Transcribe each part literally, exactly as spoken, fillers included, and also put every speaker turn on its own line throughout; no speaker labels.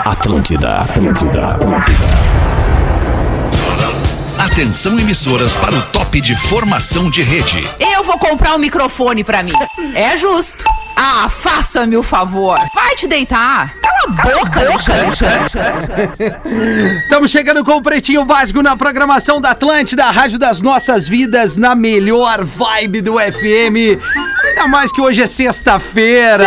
Atlântida, Atlântida, Atlântida.
Atenção, emissoras, para o top de formação de rede.
Eu vou comprar um microfone pra mim. É justo. Ah, faça-me o favor. Vai te deitar. Cala a boca, Alexandre.
Estamos chegando com o Pretinho Básico na programação da Atlântida, a rádio das nossas vidas, na melhor vibe do F M. Ainda mais que hoje é sexta-feira.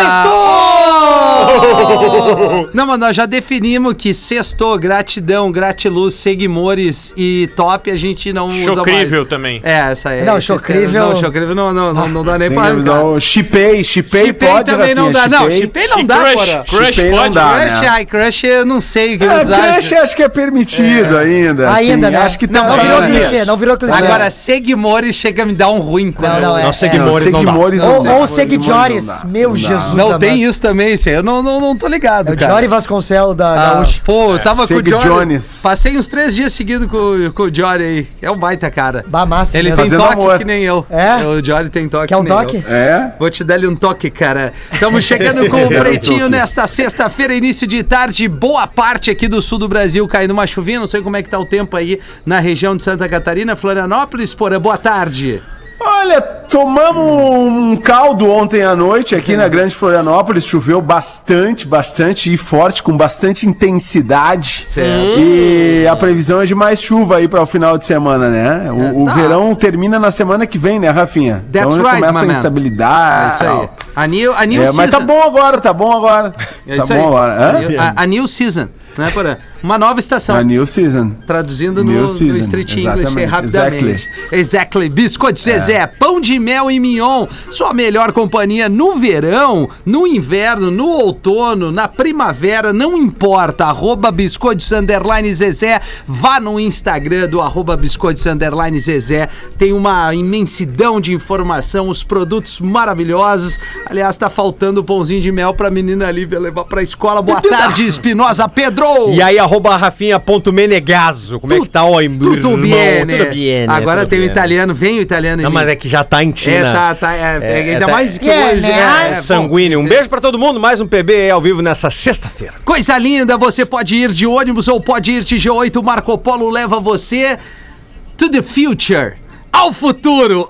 Sextou! Não, mas nós já definimos que sextou, gratidão, gratiluz, seguimores e top a gente não usa mais.
Chocrível também.
É, essa aí.
Não, chocrível.
Não, chocrível não, não, não, não dá nem pra
arrancar. Chipei, chipei,
chipei
pode,
também
Rafinha,
não dá.
chipei.
Não, chipei não
e
dá,
crush,
porra.
Crush
Chipei
pode?
não dá,
Crush,
né?
ai, crush eu não sei o que
É,
eles acham.
crush acho que é permitido
É.
ainda.
Ainda,
assim,
né?
Acho que
não,
tá
não virou
bem.
clichê, não virou clichê.
Agora, seguimores chega a me dar um ruim. Quando
Não, não,
eu...
é.
Não, seguimores
É,
não dá.
seguimores
Ou,
dá.
ou seguidores.
Não dá,
Meu
não dá.
Jesus.
Não
amado.
tem isso também, isso aí. Eu não, não, não tô ligado,
É o
cara.
Jory Vasconcelos da
Ah,
Gaúcha.
pô, eu tava
Segue
com o Jory.
Jones.
Passei uns três dias seguidos com, com o Jory aí. É um baita, cara.
Bah, massa
Ele
mesmo.
tem
Fazendo
toque
amor.
que nem eu.
É?
O Jory tem toque
Quer um
que nem
toque?
eu.
É?
Vou te dar-lhe um toque, cara. Estamos chegando com o
Quero um
Pretinho
toque.
nesta sexta-feira, início de tarde. Boa parte aqui do sul do Brasil caindo uma chuvinha. Não sei como é que tá o tempo aí na região de Santa Catarina. Florianópolis, porra, boa tarde.
Olha, tomamos um caldo ontem à noite aqui na Grande Florianópolis. Choveu bastante, bastante e forte, com bastante intensidade.
Certo.
E a previsão é de mais chuva aí para o final de semana, né? O, o
tá.
verão termina na semana que vem, né, Rafinha?
That's
então
right,
começa
my
a
man.
instabilidade.
É isso aí.
tal.
A new, a new
É,
season.
mas tá bom agora, tá bom agora.
É
tá
isso
bom
aí.
agora.
A
Hã?
new, a, a new season, né, porra? Uma nova estação.
A new season.
Traduzindo no,
New
no
season,
Street English aí,
exatamente,
rapidamente. Exactly. Biscoito Zezé, pão de mel e mignon. Sua melhor companhia no verão, no inverno, no outono, na primavera, não importa. Arroba Biscoitos Underline Zezé. Vá no Instagram do arroba Biscoitos Underline Zezé. Tem uma imensidão de informação, os produtos maravilhosos. Aliás, tá faltando o pãozinho de mel pra menina Lívia levar pra escola. Boa tarde, Espinosa Pedro.
E aí, arroba rafinha.menegaso. Como é que tá, ó, irmão?
Tudo bem,
Tudo bem.
Agora
tudo
tem o
bem.
italiano, vem o italiano em
Não,
mim.
mas é que já tá em Tina.
É, tá, tá, é, é,
É,
ainda
tá-
mais que
É,
hoje
né?
é, é
sanguíneo. Um
bom,
beijo pra todo mundo. Mais um P B ao vivo nessa sexta-feira.
Coisa linda, você pode ir de ônibus ou pode ir de G oito. Marco Polo leva você to the future, ao futuro.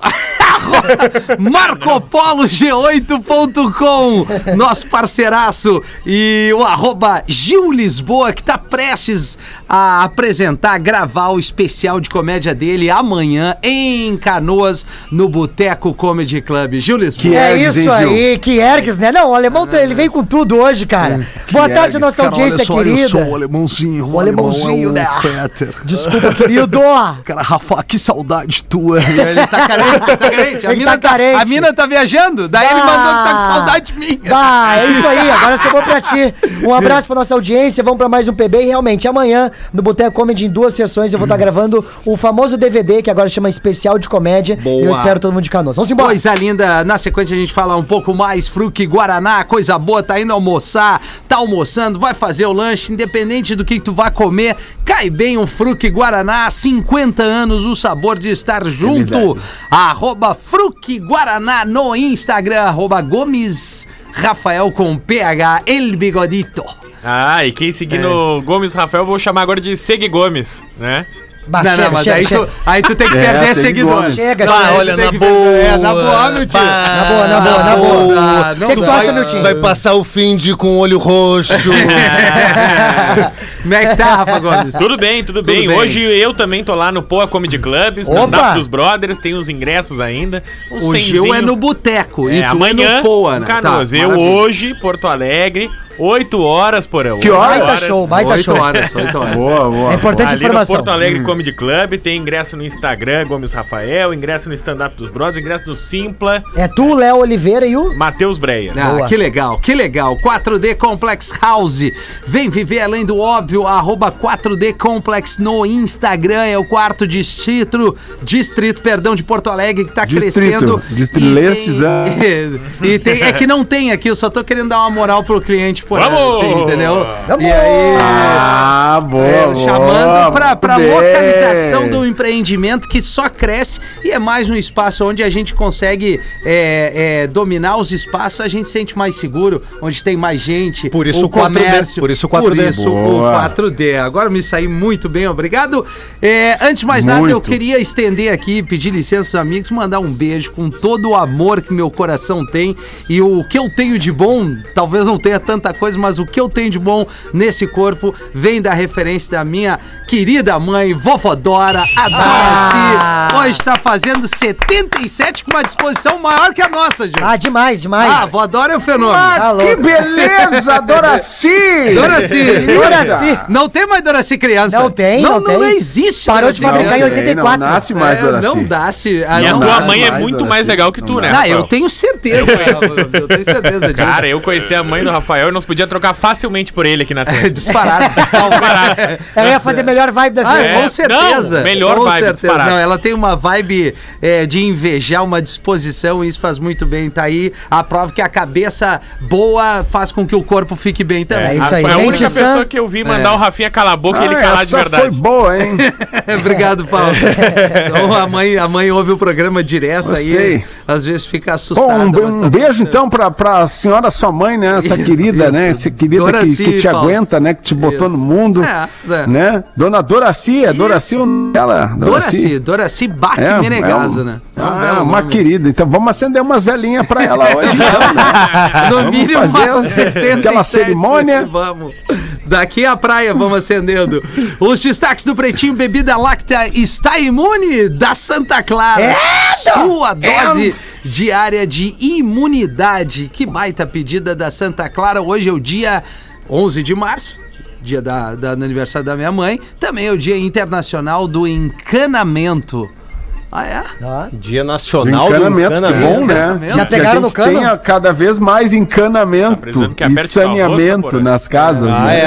Marco Polo G oito ponto com, nosso parceiraço, e o arroba Gil Lisboa, que tá prestes a apresentar, gravar o especial de comédia dele amanhã em Canoas, no Boteco Comedy Club. Gil Lisboa.
Que
É
Ergs,
isso
hein, Gil?
aí, que ergues, né? Não, o alemão, tá- ele veio com tudo hoje, cara. Boa tarde,
ergues.
nossa audiência querida.
alemãozinho.
O alemãozinho, né?
Fetter.
Desculpa, querido.
Cara, Rafa, que saudade tua.
Ele tá carente, ele tá carente. A
Ele
mina
tá carente.
A mina tá viajando, daí ele
Ah.
mandou que tá com saudade minha.
Bah, é isso aí, agora sobrou pra ti. Um abraço pra nossa audiência, vamos pra mais um P B. E realmente, amanhã, no Boteco Comedy, em duas sessões, eu vou estar gravando o famoso D V D, que agora chama Especial de Comédia.
Boa.
E eu espero todo mundo de Canoas. Vamos embora.
Coisa linda, na sequência a gente fala um pouco mais, Fruc Guaraná, coisa boa, tá indo almoçar, tá almoçando, vai fazer o lanche, independente do que tu vai comer, cai bem um Fruc Guaraná, cinquenta anos, o sabor de estar junto, arroba Fruc Guaraná no Instagram, arroba Gomes Rafael com P H, El Bigodito.
Ah, e quem seguir no Gomes Rafael, eu vou chamar agora de Segui Gomes, né?
Bah,
Não,
chega,
não, mas
chega,
aí,
chega.
Tu, aí tu tem que
É,
perder
tem
seguidores.
Gomes.
Chega,
Não,
chega.
aí tu
olha,
tem
na
que
boa.
perder- É, na boa, meu tio.
Na boa, na boa, na boa.
boa.
O que, que tu
Não
acha,
vai-
meu time?
Vai passar o fim de com olho roxo.
Como é que tá, Rafa Gomes?
Tudo bem, tudo,
Tudo
bem.
bem.
Hoje eu também tô lá no Poa Comedy Club,
Opa!
stand-up dos brothers, tem os ingressos ainda. Um
O Gil
cenzinho.
é no Boteco e
É,
tu
amanhã,
é no Poa,
em
né?
Canoas.
Tá,
eu
maravilha.
hoje, Porto Alegre, oito horas, porão.
Que hora?
oito
Baita show, baita
Oito
show.
horas, oito horas.
Boa, boa.
É importante
Ali
informação.
no Porto Alegre Comedy Club, tem ingresso no Instagram, Gomes Rafael, ingresso no stand-up dos brothers, ingresso no Simpla,
É tu, Léo Oliveira e o...
Matheus Breia.
Ah,
Boa.
que legal, que legal. quatro D Complex House. Vem viver além do óbvio, arroba quatro D Complex no Instagram. É o quarto distrito, distrito, perdão, de Porto Alegre que tá
Distrito.
crescendo.
Distrito
E
Lestizão.
tem- E tem, é que não tem aqui, eu só tô querendo dar uma moral pro cliente por
Vamos!
assim, entendeu?
Vamos!
E aí...
Ah, boa,
É,
boa.
chamando pra, pra
Muito bem.
realização do empreendimento que só cresce e é mais um espaço onde a gente consegue é, é, dominar os espaços, a gente sente mais seguro, onde tem mais gente.
Por isso
o
o quatro D,
comércio.
por isso o quatro D.
Por isso
Boa.
o quatro D. Agora me saí muito bem, obrigado. É, antes de mais nada,
Muito.
eu queria estender aqui, pedir licença aos amigos, mandar um beijo com todo o amor que meu coração tem e o que eu tenho de bom, talvez não tenha tanta coisa, mas o que eu tenho de bom nesse corpo vem da referência da minha querida mãe, vovó Dora, a Dora
Ah.
Si. Hoje está fazendo setenta e sete com uma disposição maior que a nossa, gente.
Ah, demais, demais.
Ah, a vó Dora é o fenômeno.
Tá
Que
louco.
beleza, Doraci!
Doraci.
Doraci.
Não tem mais Doraci criança.
Não tem,
não,
não tem.
Não existe
Parou de
Doraci
fabricar em
criança.
oitenta e quatro.
Não nasce mais
É,
Doraci.
não dá-se.
E a
não
tua
dá-se.
mãe é
mais,
muito
Doraci.
mais legal que tu,
Não
né?
dá.
Não,
Rafael?
eu tenho certeza. eu tenho certeza disso.
Cara, eu conheci a mãe do Rafael e nós podíamos trocar facilmente por ele aqui na
É
tela.
disparado.
Ela ia fazer a melhor vibe da
Ah,
vida.
É.
com certeza.
Não, melhor
com
vibe,
certeza.
disparado.
Não, ela tem uma vibe é, de invejar, uma disposição, e isso faz muito bem. Tá aí a prova que a cabeça boa faz com que o corpo fique bem também.
É isso aí.
Foi a
Mente
única
sã.
pessoa que eu vi mandar
É.
o Rafinha calar a boca e ele
Ah,
calar de
essa
verdade.
foi boa, hein?
Obrigado, Paulo. Então, a mãe, a mãe ouve o programa direto aí.
Gostei.
Às vezes fica
Bom,
assustada.
um, be-
mas
um
tá
beijo
tudo certo.
então pra, pra senhora, sua mãe, né? Essa
Isso,
querida,
isso.
né? Essa querida que,
Doraci,
que te
Paulo.
aguenta, né? Que te botou
Isso.
no mundo.
É, é.
Né? Dona Doraci, é
Isso.
Doraci ou ela?
Doraci, Doraci Bach
É,
Menegaso,
é um-
né? É um
ah,
belo
uma
nome.
querida. Então vamos acender umas velhinhas pra ela hoje, então, né?
No
Vamos
mínimo
fazer
umas setenta e sete.
aquela cerimônia.
Vamos. Daqui à praia, vamos acendendo. Os destaques do Pretinho: bebida láctea está imune da Santa Clara. Sua dose diária de imunidade. Que baita pedida da Santa Clara. Hoje é o dia onze de março. Dia da, da, do aniversário da minha mãe. Também é o Dia Internacional do Encanamento. Ah, é?
Ó.
Dia
Do
Nacional do
encanamento, que bom, né?
Encanamento.
Já
Que a
pegaram
gente
no cano?
tenha cada vez mais
Tá
encanamento
precisando que
e
aperte tua
saneamento
rosca, porra.
nas casas,
Ah,
né?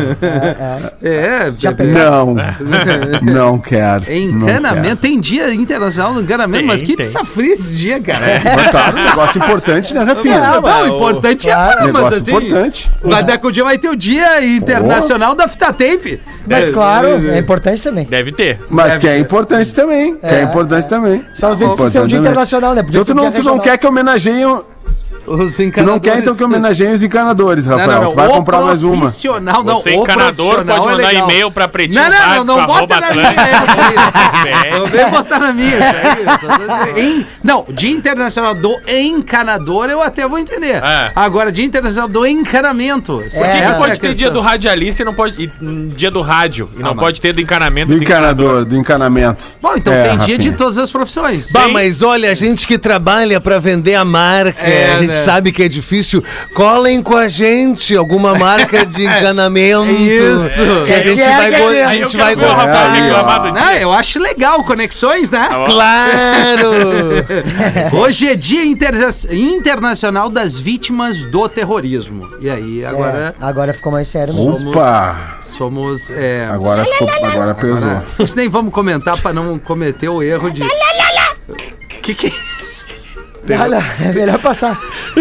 é.
É,
Já
bebê.
pegaram?
Não, não quero.
Encanamento, tem dia internacional do encanamento,
Tem,
mas que
tem.
pizza fria esse dia, cara.
Mas claro, um negócio importante, né, Rafinha?
Não,
mas
o
o-
importante é
claro.
para, mas
Negócio
assim.
importante.
Vai dar que o dia vai ter o dia internacional da fita tape.
Mas claro, é importante também.
Deve ter.
Mas que é importante também. Que é importante também.
Só às vezes tem que ser um
Importante
dia
também.
internacional, né? Podia
Então
ser
tu
um
não,
dia
tu não
regional.
quer que homenageiem. o-
Os
Tu
encanadores.
não quer então que homenageiem os encanadores,
Não,
Rafael.
não, não.
Tu vai
o
comprar mais uma.
profissional, não.
Você,
o
encanador,
profissional
pode
é
mandar
legal.
e-mail pra pretinho
Não, não, não, não
básico,
bota
arroba
na minha
atlântico.
essa aí.
É.
Não vem botar na minha, sério. Em- Não, Dia Internacional do Encanador eu até vou entender.
É.
Agora, Dia Internacional do Encanamento.
Por que,
É,
que
essa
pode
é a
ter dia
questão.
do radialista e não pode. E, hum, dia do rádio e não
Ah, mas-
pode ter do encanamento
Do
do
encanador, do encanamento.
Bom, então
É,
tem dia de
Rafinha.
todas as profissões.
Bah, mas olha, a gente que trabalha pra vender a marca,
É,
a gente
né?
sabe que é difícil. Colem com a gente alguma marca de encanamento.
Isso.
Que a gente
É,
vai,
é,
go-
é.
a
Aí eu
gente
quero
vai
ver o
gostar.
Rafael
Aí,
reclamar
ó.
do
Não,
dia.
eu acho legal, conexões, né?
Ó.
Claro!
Hoje é Dia Interna- Internacional das Vítimas do Terrorismo. E aí, agora
É, agora ficou mais sério mesmo.
Opa!
somos. É,
Agora, ficou, agora pesou.
agora, a gente nem vamos comentar pra não cometer o erro de. Que que é isso?
Olha, é melhor passar.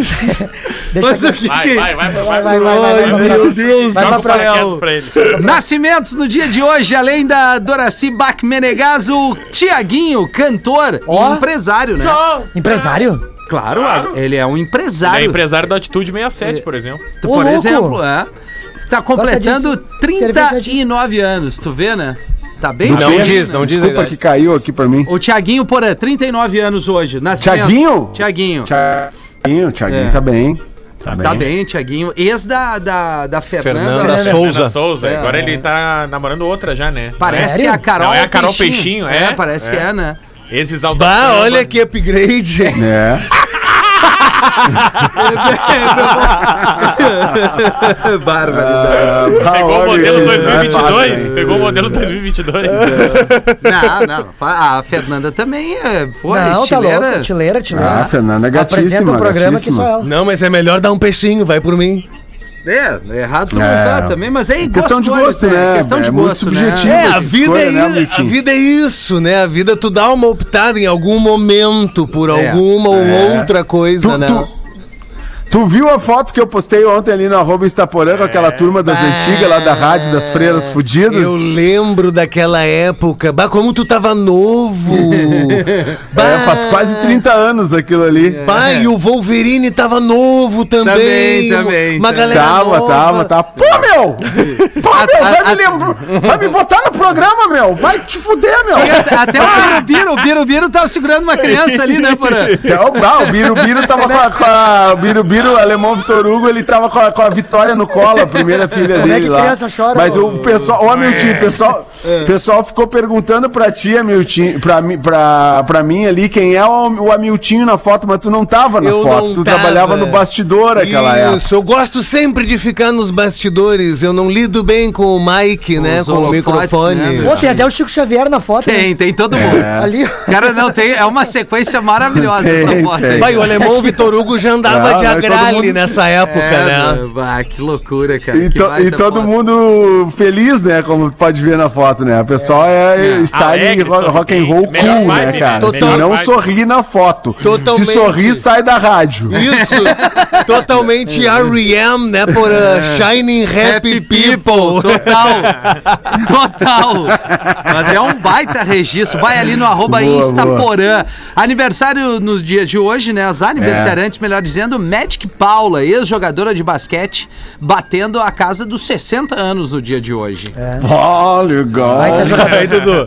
Deixa
Mas o
aqui.
que
Vai,
que-
vai, vai, vai.
Vai, vai, vai, vai, vai, vai,
meu
vai.
Deus
Vai
Joga
pra
os
próxima.
quietos pra ele.
Nascimentos no dia de hoje, além da Doraci Bach Menegaso, Tiaguinho, cantor
Ó.
e empresário, né?
Empresário?
Claro,
Claro.
ele é um
Ele
empresário.
é empresário da Atitude sessenta e sete, por exemplo.
Ô,
Por
louco.
exemplo, é. Tá completando
disso.
trinta e nove anos, tu vê, né? Tá bem?
Não
bem,
diz,
né?
não diz a
Desculpa
idade.
que caiu aqui pra mim.
O Tiaguinho Porã, trinta e nove anos hoje. Nascimento.
Tiaguinho?
Tiaguinho.
Tiaguinho, Tiaguinho
É.
tá bem. Tá bem.
Tá bem, Tiaguinho. Ex da, da, da Fernanda.
Fernanda
Fernanda
Souza.
Ana Souza.
É.
Agora ele tá namorando outra já, né?
Parece
Sério?
que é a Carol
Não, é a Carol Peixinho, é?
É, parece
É.
que é, né?
Ex-exaltação.
Bah, olha que upgrade.
É.
Barbaridade.
Ah,
Pegou o
olha
modelo
aí,
dois mil e vinte e
não é
dois.
fácil, hein?
Pegou o modelo dois mil e vinte e dois.
Não, não. A Fernanda também é. Pô,
Não, tá
estileira.
louco. Tileira, tileira.
Ah, a Fernanda é
Apresenta
gatíssima,
um programa que
gatíssima.
só ela.
Não, mas é melhor dar um peixinho, vai por mim.
É, é errado tu não
É.
tá também, mas é
Questão de gosto, né?
Questão de
É muito
gosto,
subjetivo.
né?
É, a
essa
vida,
escolha,
é,
né,
i- a
Milton?
vida é isso, né? A vida tu dá uma optada em algum momento por
É.
alguma ou
É.
outra coisa,
Tu,
né?
tu, Tu viu a foto que eu postei ontem ali no arroba Instaporã com aquela turma das antigas lá da rádio das Freiras Fudidas?
Eu lembro daquela época. Bah, como tu tava novo. Bah,
É, faz quase trinta anos aquilo ali.
Bah, e o Wolverine tava novo também.
Também, também,
Uma
também.
galera
Tava,
nova.
tava, tava. Pô, meu! Pô, meu, vai me lembrar. Vai me botar no programa, meu! Vai te fuder, meu!
Até, até o Birubiru, o Birubiru tava segurando uma criança ali, né, Porã?
Então, ah, o Birubiru tava com a, com a- o Birubiru, o alemão Vitor Hugo, ele tava com a, com a Vitória no colo, a primeira filha
Como é
dele
que
lá.
criança chora,
Mas
ô?
o pessoal, ô Hamilton, o pessoal, o pessoal ficou perguntando pra ti, Hamilton, pra, mim- pra, pra mim ali, quem é o, o Hamilton na foto, mas tu não tava na
Eu
foto,
não
tu
tava.
trabalhava no bastidor aquela época.
Isso, eu gosto sempre de ficar nos bastidores. Eu não lido bem com o mic, né?
os
Com o
holofotes,
microfone.
né, meu?
Pô, tem até o Chico Xavier na foto.
Tem,
né?
tem todo mundo.
Ali.
Cara, não, tem, é uma sequência maravilhosa
Tem,
essa foto
tem.
aí.
Vai, o alemão Vitor Hugo já andava
Não,
de
não, e todo
agrale
mundo se-
nessa época,
É,
né?
bah, que loucura, cara.
E,
que
to-
baita
e todo
foto.
mundo feliz, né? Como pode ver na foto, né? O pessoal é,
É.
style
Alegre,
ro- rock and roll
sorridente, melhor
cool,
vibe,
né,
né?
cara?
Total-
Se não
vibe.
sorri na foto.
Totalmente.
Se sorrir, sai da rádio.
Isso, totalmente R E M, né? Por uh, Shining Happy,
Happy
People.
People, total, total. Mas é um baita registro. Vai ali no arroba
Boa,
Instaporã. Aniversário nos dias de hoje, né? As aniversariantes, melhor dizendo, Magic Paula, ex-jogadora de basquete, batendo a casa dos sessenta anos no dia de hoje.
Olha, legal.
Vai tá jogando.
Aí, Dudu.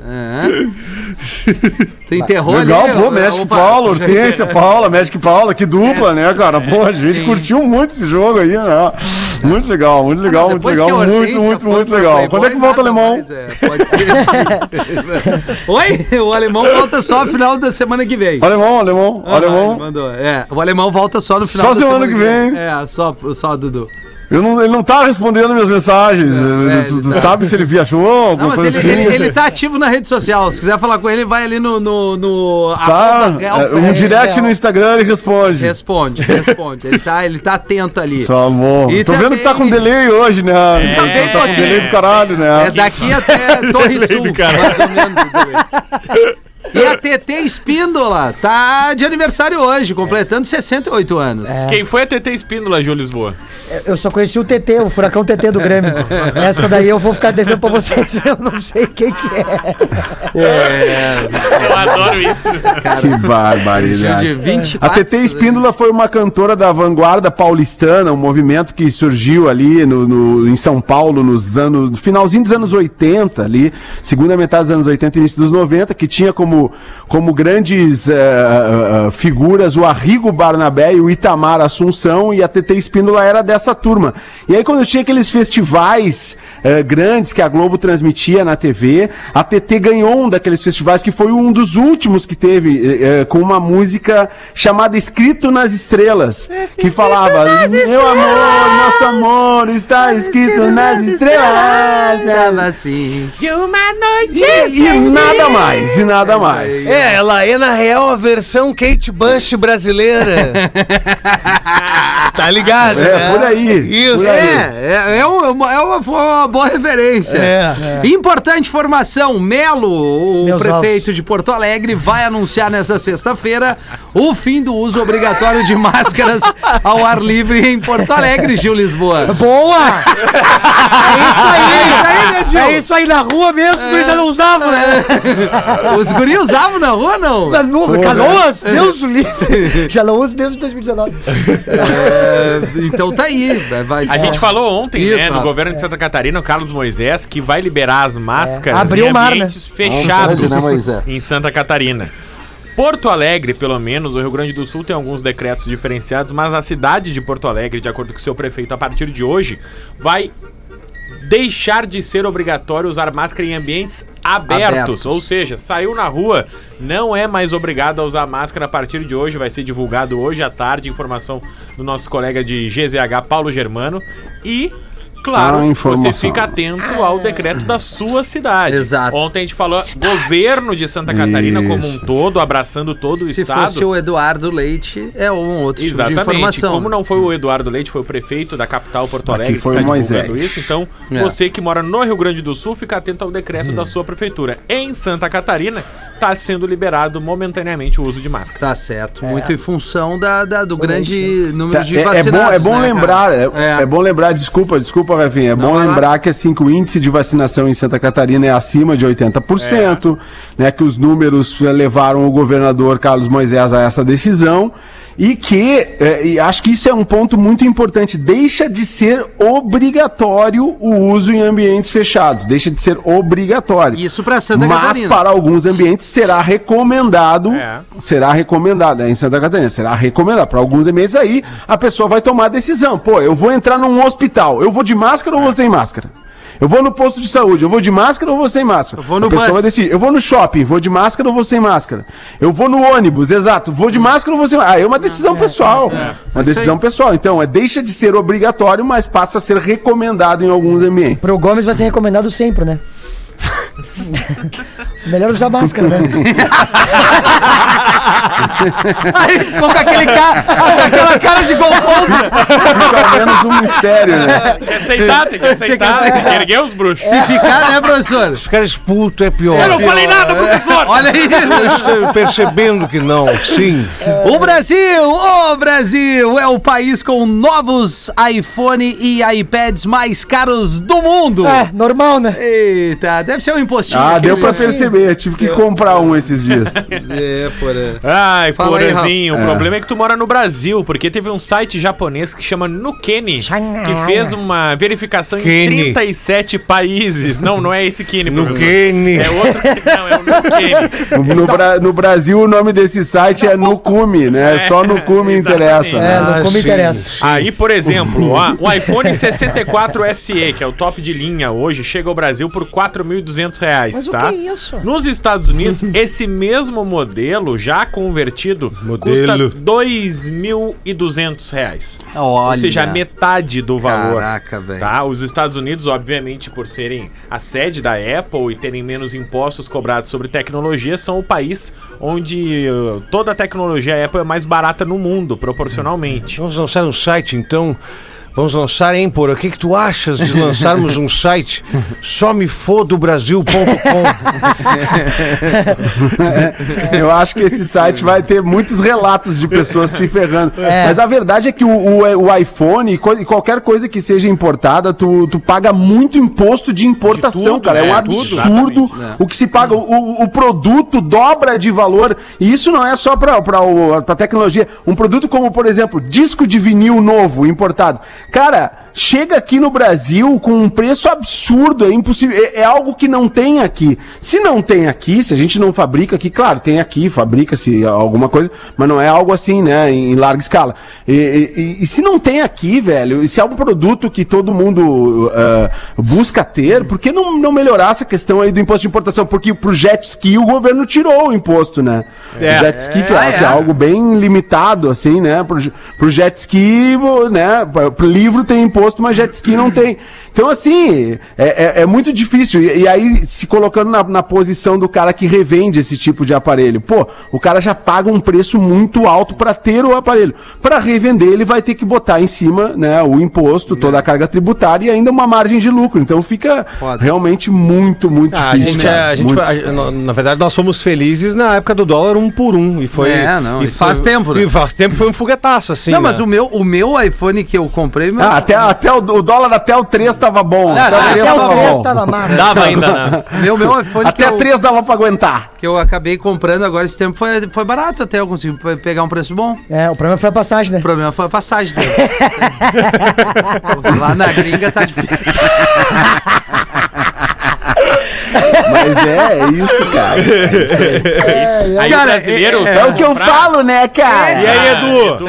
Tu enterrou
Legal,
ali?
pô, Magic
Opa.
Paula, Hortência Paula, Magic Paula, que dupla, né, cara? Pô, a gente
Sim.
curtiu muito esse jogo aí, né? Muito legal, muito legal,
Não,
muito
depois
legal,
que a
muito,
Hortência
muito,
foi
muito
pra
legal.
Playboy,
Quando é que volta o
nada
alemão?
mais, é, pode ser. Oi? O alemão volta só no final da semana que vem.
Alemão, alemão,
Ah, ele
alemão.
mandou. É, o alemão volta só no final
Só
da
semana que vem.
É, só, só Dudu.
Eu não, ele não tá respondendo minhas mensagens.
é,
tu tu
ele tá.
sabe se ele viajou,
Não,
alguma
mas
coisa
ele,
assim?
ele, ele tá ativo na rede social. Se quiser falar com ele, vai ali no. no, no
Tá,
arroba
é,
Galfer.
um direct no Instagram ele responde.
Responde, responde. Ele tá, ele tá atento ali.
Tá bom.
E
Tô vendo
também-
que tá com delay hoje, né?
Tá
Tá,
bem
tá com
pouquinho.
delay do caralho, né?
É daqui até Torre Sul, mais ou menos. entendeu? E a T T Espíndola tá de aniversário hoje, completando sessenta e oito anos.
Quem foi a T T Espíndola, Júlio Lisboa?
Eu só conheci o T T, o furacão T T do Grêmio. Essa daí eu vou ficar devendo pra vocês. Eu não sei quem que é.
É,
Eu adoro isso.
Que barbaridade.
de vinte e
A
quatro.
T T Espíndola foi uma cantora da vanguarda paulistana, um movimento que surgiu ali no, no- em São Paulo nos anos, no finalzinho dos anos oitenta ali, segunda metade dos anos oitenta e início dos noventa, que tinha como, como grandes eh, eh, figuras o Arrigo Barnabé e o Itamar Assunção, e a T T Espíndola era dessa turma. E aí quando tinha aqueles festivais eh, grandes que a Globo transmitia na T V, a T T ganhou um daqueles festivais que foi um dos últimos que teve, eh, eh, com uma música chamada Escrito nas Estrelas, que falava, meu amor, nosso amor está escrito nas estrelas.
Tava assim.
De uma noite.
E, e nada mais, e nada mais.
É, ela é na real a versão Kate Bush brasileira. Tá ligado?
É,
né?
por aí,
Isso.
por aí.
É, é, é, uma, é uma, foi uma boa referência.
É.
Importante informação: Melo, o
Meus
prefeito
ovos.
de Porto Alegre, vai anunciar nesta sexta-feira o fim do uso obrigatório de máscaras ao ar livre em Porto Alegre, Gil Lisboa.
Boa! É isso aí!
É isso aí, né, Gil?
É isso aí, na rua mesmo, é. já não usava, né?
Os guris usavam na rua, não?
Na rua, Canoas, Deus o livre. Já não uso desde dois mil e dezenove.
É, então tá aí. Vai
A
ser-
gente falou ontem,
Isso,
né, no
Rafa.
governo de Santa Catarina, o Carlos Moisés, que vai liberar as máscaras
É. Abriu
em
o mar,
ambientes
né?
fechados
Verdade, né, Moisés?
em Santa Catarina. Porto Alegre, pelo menos, o Rio Grande do Sul tem alguns decretos diferenciados, mas a cidade de Porto Alegre, de acordo com o seu prefeito, a partir de hoje, vai deixar de ser obrigatório usar máscara em ambientes abertos,
Abertos.
ou seja, saiu na rua, não é mais obrigado a usar máscara a partir de hoje, vai ser divulgado hoje à tarde, informação do nosso colega de G Z H, Paulo Germano, e... Claro,
Ah, informação.
você fica atento ao decreto da sua cidade.
Exato.
Ontem a gente falou governo de Santa Catarina
Isso.
como um todo, abraçando todo o
Se
estado.
fosse o Eduardo Leite, é um outro tipo de
Exatamente.
informação.
Como não foi o Eduardo Leite, foi o prefeito da capital Porto
Aqui
Alegre
foi
que
o
está divulgando
Moisés.
isso. Então,
É.
você que mora no Rio Grande do Sul, fica atento ao decreto
Hum.
da sua prefeitura. Em Santa Catarina, tá sendo liberado momentaneamente o uso de máscara.
Tá certo. Muito em função da, da- do grande número
Tá,
de
é, é
vacinados.
bom, é bom
né,
lembrar,
cara?
é, é bom lembrar, desculpa, desculpa, Rafinha, é
Não,
bom
vai lá.
lembrar que assim, que o índice de vacinação em Santa Catarina é acima de oitenta por cento, né, que os números eh, levaram o governador Carlos Moisés a essa decisão e que, eh, e acho que isso é um ponto muito importante, deixa de ser obrigatório o uso em ambientes fechados, deixa de ser obrigatório.
Isso pra Santa
Mas
Catarina.
para alguns ambientes será recomendado,
É.
será recomendado, é, em Santa Catarina, será recomendado. Para alguns ambientes aí, a pessoa vai tomar a decisão. Pô, eu vou entrar num hospital, eu vou de máscara ou vou sem máscara? Eu vou no posto de saúde, eu vou de máscara ou vou sem máscara?
Eu vou no
a pessoa
bus.
vai decidir. Eu vou no shopping, vou de máscara ou vou sem máscara? Eu vou no ônibus, exato, vou de máscara ou vou sem máscara? Ah, é uma decisão pessoal. Uma decisão pessoal. Então, é, deixa de ser obrigatório, mas passa a ser recomendado em alguns ambientes.
Pro Gomes vai ser recomendado sempre, né? Melhor usar máscara, né?
Aí ficou com, aquele ca... com aquela cara de gol contra.
Pelo menos um mistério, né?
Tem que aceitar, tem que aceitar. Tem que erguer os bruxos.
Se ficar, né, professor?
Ficar expulso é pior.
Eu não falei nada, professor!
Olha aí.
Eu estou percebendo que não, sim.
O Brasil, o Brasil é o país com novos iPhone e iPads mais caros do mundo.
É, normal, né?
Eita, deve ser um impostinho.
Ah,
aquele
deu pra
impostinho.
perceber. Tive que comprar um esses dias.
É, porra.
Ai,
Fala aí,
Porazinho, o
Rafa.
problema é que tu mora no Brasil, porque teve um site japonês que chama Nukeni, que fez uma verificação em
Kenny.
trinta e sete países. Não, não é esse Kenny,
No
professor.
Kenny.
É outro que não, é o Nukeni.
No, Bra- no Brasil, o nome desse site é Nucume, né? Só Nucume
exatamente.
interessa.
É,
né?
não como
sim.
interessa.
Aí, por exemplo, ó, o iPhone sessenta e quatro S E, que é o top de linha hoje, chega ao Brasil por quatro mil e duzentos reais,
Mas o
tá?
que é isso?
Nos Estados Unidos, esse mesmo modelo, já convertido,
Modelo.
custa dois mil e duzentos reais.
Olha.
Ou seja, a metade do valor.
Caraca, velho.
Tá? Os Estados Unidos, obviamente, por serem a sede da Apple e terem menos impostos cobrados sobre tecnologia, são o país onde uh, toda a tecnologia Apple é mais barata no mundo, proporcionalmente.
Vamos lançar um site, então. Vamos lançar, hein, Porã? O que, que tu achas de lançarmos um site só me fodo brasil ponto com?
Eu acho que esse site vai ter muitos relatos de pessoas se ferrando.
É.
Mas a verdade é que o, o- o iPhone e co- e qualquer coisa que seja importada, tu, tu paga muito imposto de importação,
De tudo,
cara. É um
né? Tudo,
absurdo
exatamente.
o que se paga. O, o produto dobra de valor. E isso não é só pra, pra, o- pra tecnologia. Um produto como, por exemplo, disco de vinil novo, importado. Cara, chega aqui no Brasil com um preço absurdo, é impossível, é, é algo que não tem aqui. Se não tem aqui, se a gente não fabrica aqui, claro, tem aqui, fabrica-se alguma coisa, mas não é algo assim, né, em, em larga escala. E, e- e se não tem aqui, velho, e se é um produto que todo mundo ah, busca ter, por que não, não melhorar essa questão aí do imposto de importação? Porque pro jet ski o governo tirou o imposto, né?
É.
O jet ski, que é,
É,
que é
é.
algo bem limitado, assim, né? Pro, pro jet ski, né? Pro, pro livro tem imposto, mas jet ski não tem. Então, assim, é, é, é muito difícil. E, e aí, se colocando na, na posição do cara que revende esse tipo de aparelho, pô, o cara já paga um preço muito alto para ter o aparelho. Para revender, ele vai ter que botar em cima, né, o imposto, toda a carga tributária e ainda uma margem de lucro. Então, fica
Foda.
realmente muito, muito
Ah, a
difícil.
gente,
cara.
a gente
Muito.
foi- a- na- na verdade, nós fomos felizes na época do dólar um por um. E foi.
É, não, e faz
foi-
tempo, né?
E faz tempo foi um foguetaço, assim.
Não,
né?
mas o meu, o meu iPhone que eu comprei... Meu...
Ah, até, até o, o dólar até o três tava bom.
Não,
até o
não,
três
Até o
tava
três
bom.
tava massa.
Dava ainda, né?
Meu, meu iPhone que
Até
eu,
três dava pra aguentar.
que eu acabei comprando agora esse tempo foi, foi barato até, eu consegui pe- pegar um preço bom.
É, o problema foi a passagem, né?
O problema foi a passagem dele. Lá na gringa tá difícil.
Mas é, é isso, cara.
Aí
Cara,
o brasileiro...
é-
É o que eu falo, né, cara?
E aí, Edu?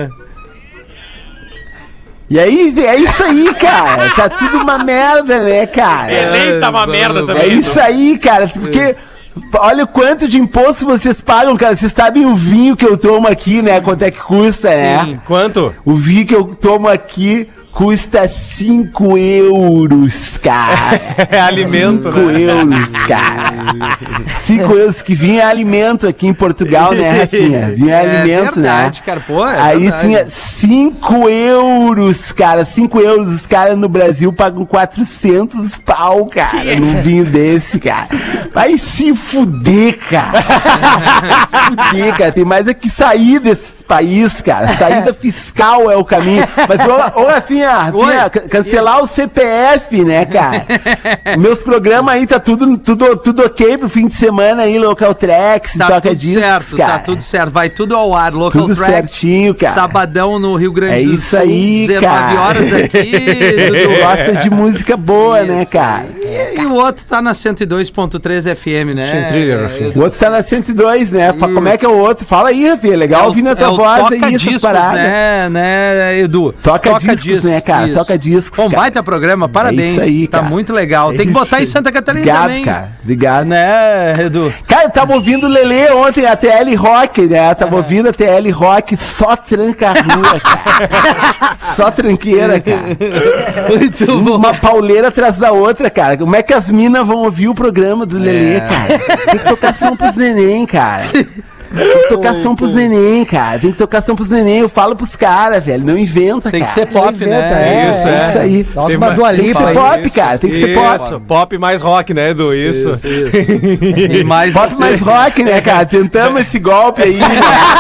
E aí, é isso aí, cara. Tá tudo uma merda, né, cara?
Belém tá uma merda
É
também.
isso aí, cara. Porque olha o quanto de imposto vocês pagam, cara. Vocês sabem o vinho que eu tomo aqui, né? Quanto é que custa, né?
Sim. Quanto?
O vinho que eu tomo aqui custa cinco euros, cara.
É alimento,
cinco
né?
euros, cara. cinco euros que vinha alimento aqui em Portugal, né, Rafinha? Vinha
É
alimento,
verdade,
né?
cara, pô, é
Aí
verdade.
tinha cinco euros, cara. cinco euros, os caras no Brasil pagam quatrocentos pau, cara, num vinho desse, cara. Vai se fuder, cara. Vai se fuder, cara. Tem mais é que sair desse país, cara. Saída fiscal é o caminho. Mas, ô, ô Rafinha, Rafinha,
Oi.
ca- cancelar o C P F, né, cara? Meus programas aí tá tudo, tudo, tudo ok pro fim de semana aí, Local Tracks,
Tá
toca
tudo
discos,
certo,
cara.
tá tudo certo. Vai tudo ao ar. Local
Tudo
Tracks.
certinho, cara.
Sabadão no Rio Grande
É
do
isso
Sul.
aí,
dezenove
cara.
horas aqui.
Tu
Dudu.
gosta de música boa, né,
Isso.
cara?
E, e o outro tá na cento e dois ponto três F M, né?
Sem trilha, Rafinha.
O outro tá na cento e dois, né? Fa- Como é que é o outro? Fala aí, Rafinha. Legal ouvir na tua voz aí, essas
discos,
paradas.
né, né, Edu?
Toca discos, né, cara?
isso.
Toca discos,
Bom,
cara.
baita programa, parabéns.
É isso aí,
tá
cara.
muito legal.
É
Tem que
isso
botar em
aí.
Santa Catarina
Obrigado,
também.
cara. Obrigado.
Né, Edu?
Cara, eu tava ouvindo o Lelê ontem, a T L Rock, né? Tava ouvindo a T L Rock, só tranca a rua, cara. Só tranqueira, cara.
Muito bom.
Uma pauleira atrás da outra, cara. Como é que as minas vão ouvir o programa do Lelê,
É.
cara? Tem que tocar som pros neném, cara. Tem que tocar som pros neném, cara. Tem que tocar som pros neném. Eu falo pros caras, velho. Não inventa,
Tem que
cara.
ser pop,
Inventa,
né?
é,
Isso,
É isso aí.
Nossa,
Tem
uma
mais-
Dua
Tem que
Lipa
ser
aí.
pop, cara. Tem que ser pop.
Isso, pop mais rock, né, Edu? Isso.
Isso, isso. E mais
Pop mais rock, né, cara? Tentamos esse golpe aí. Né?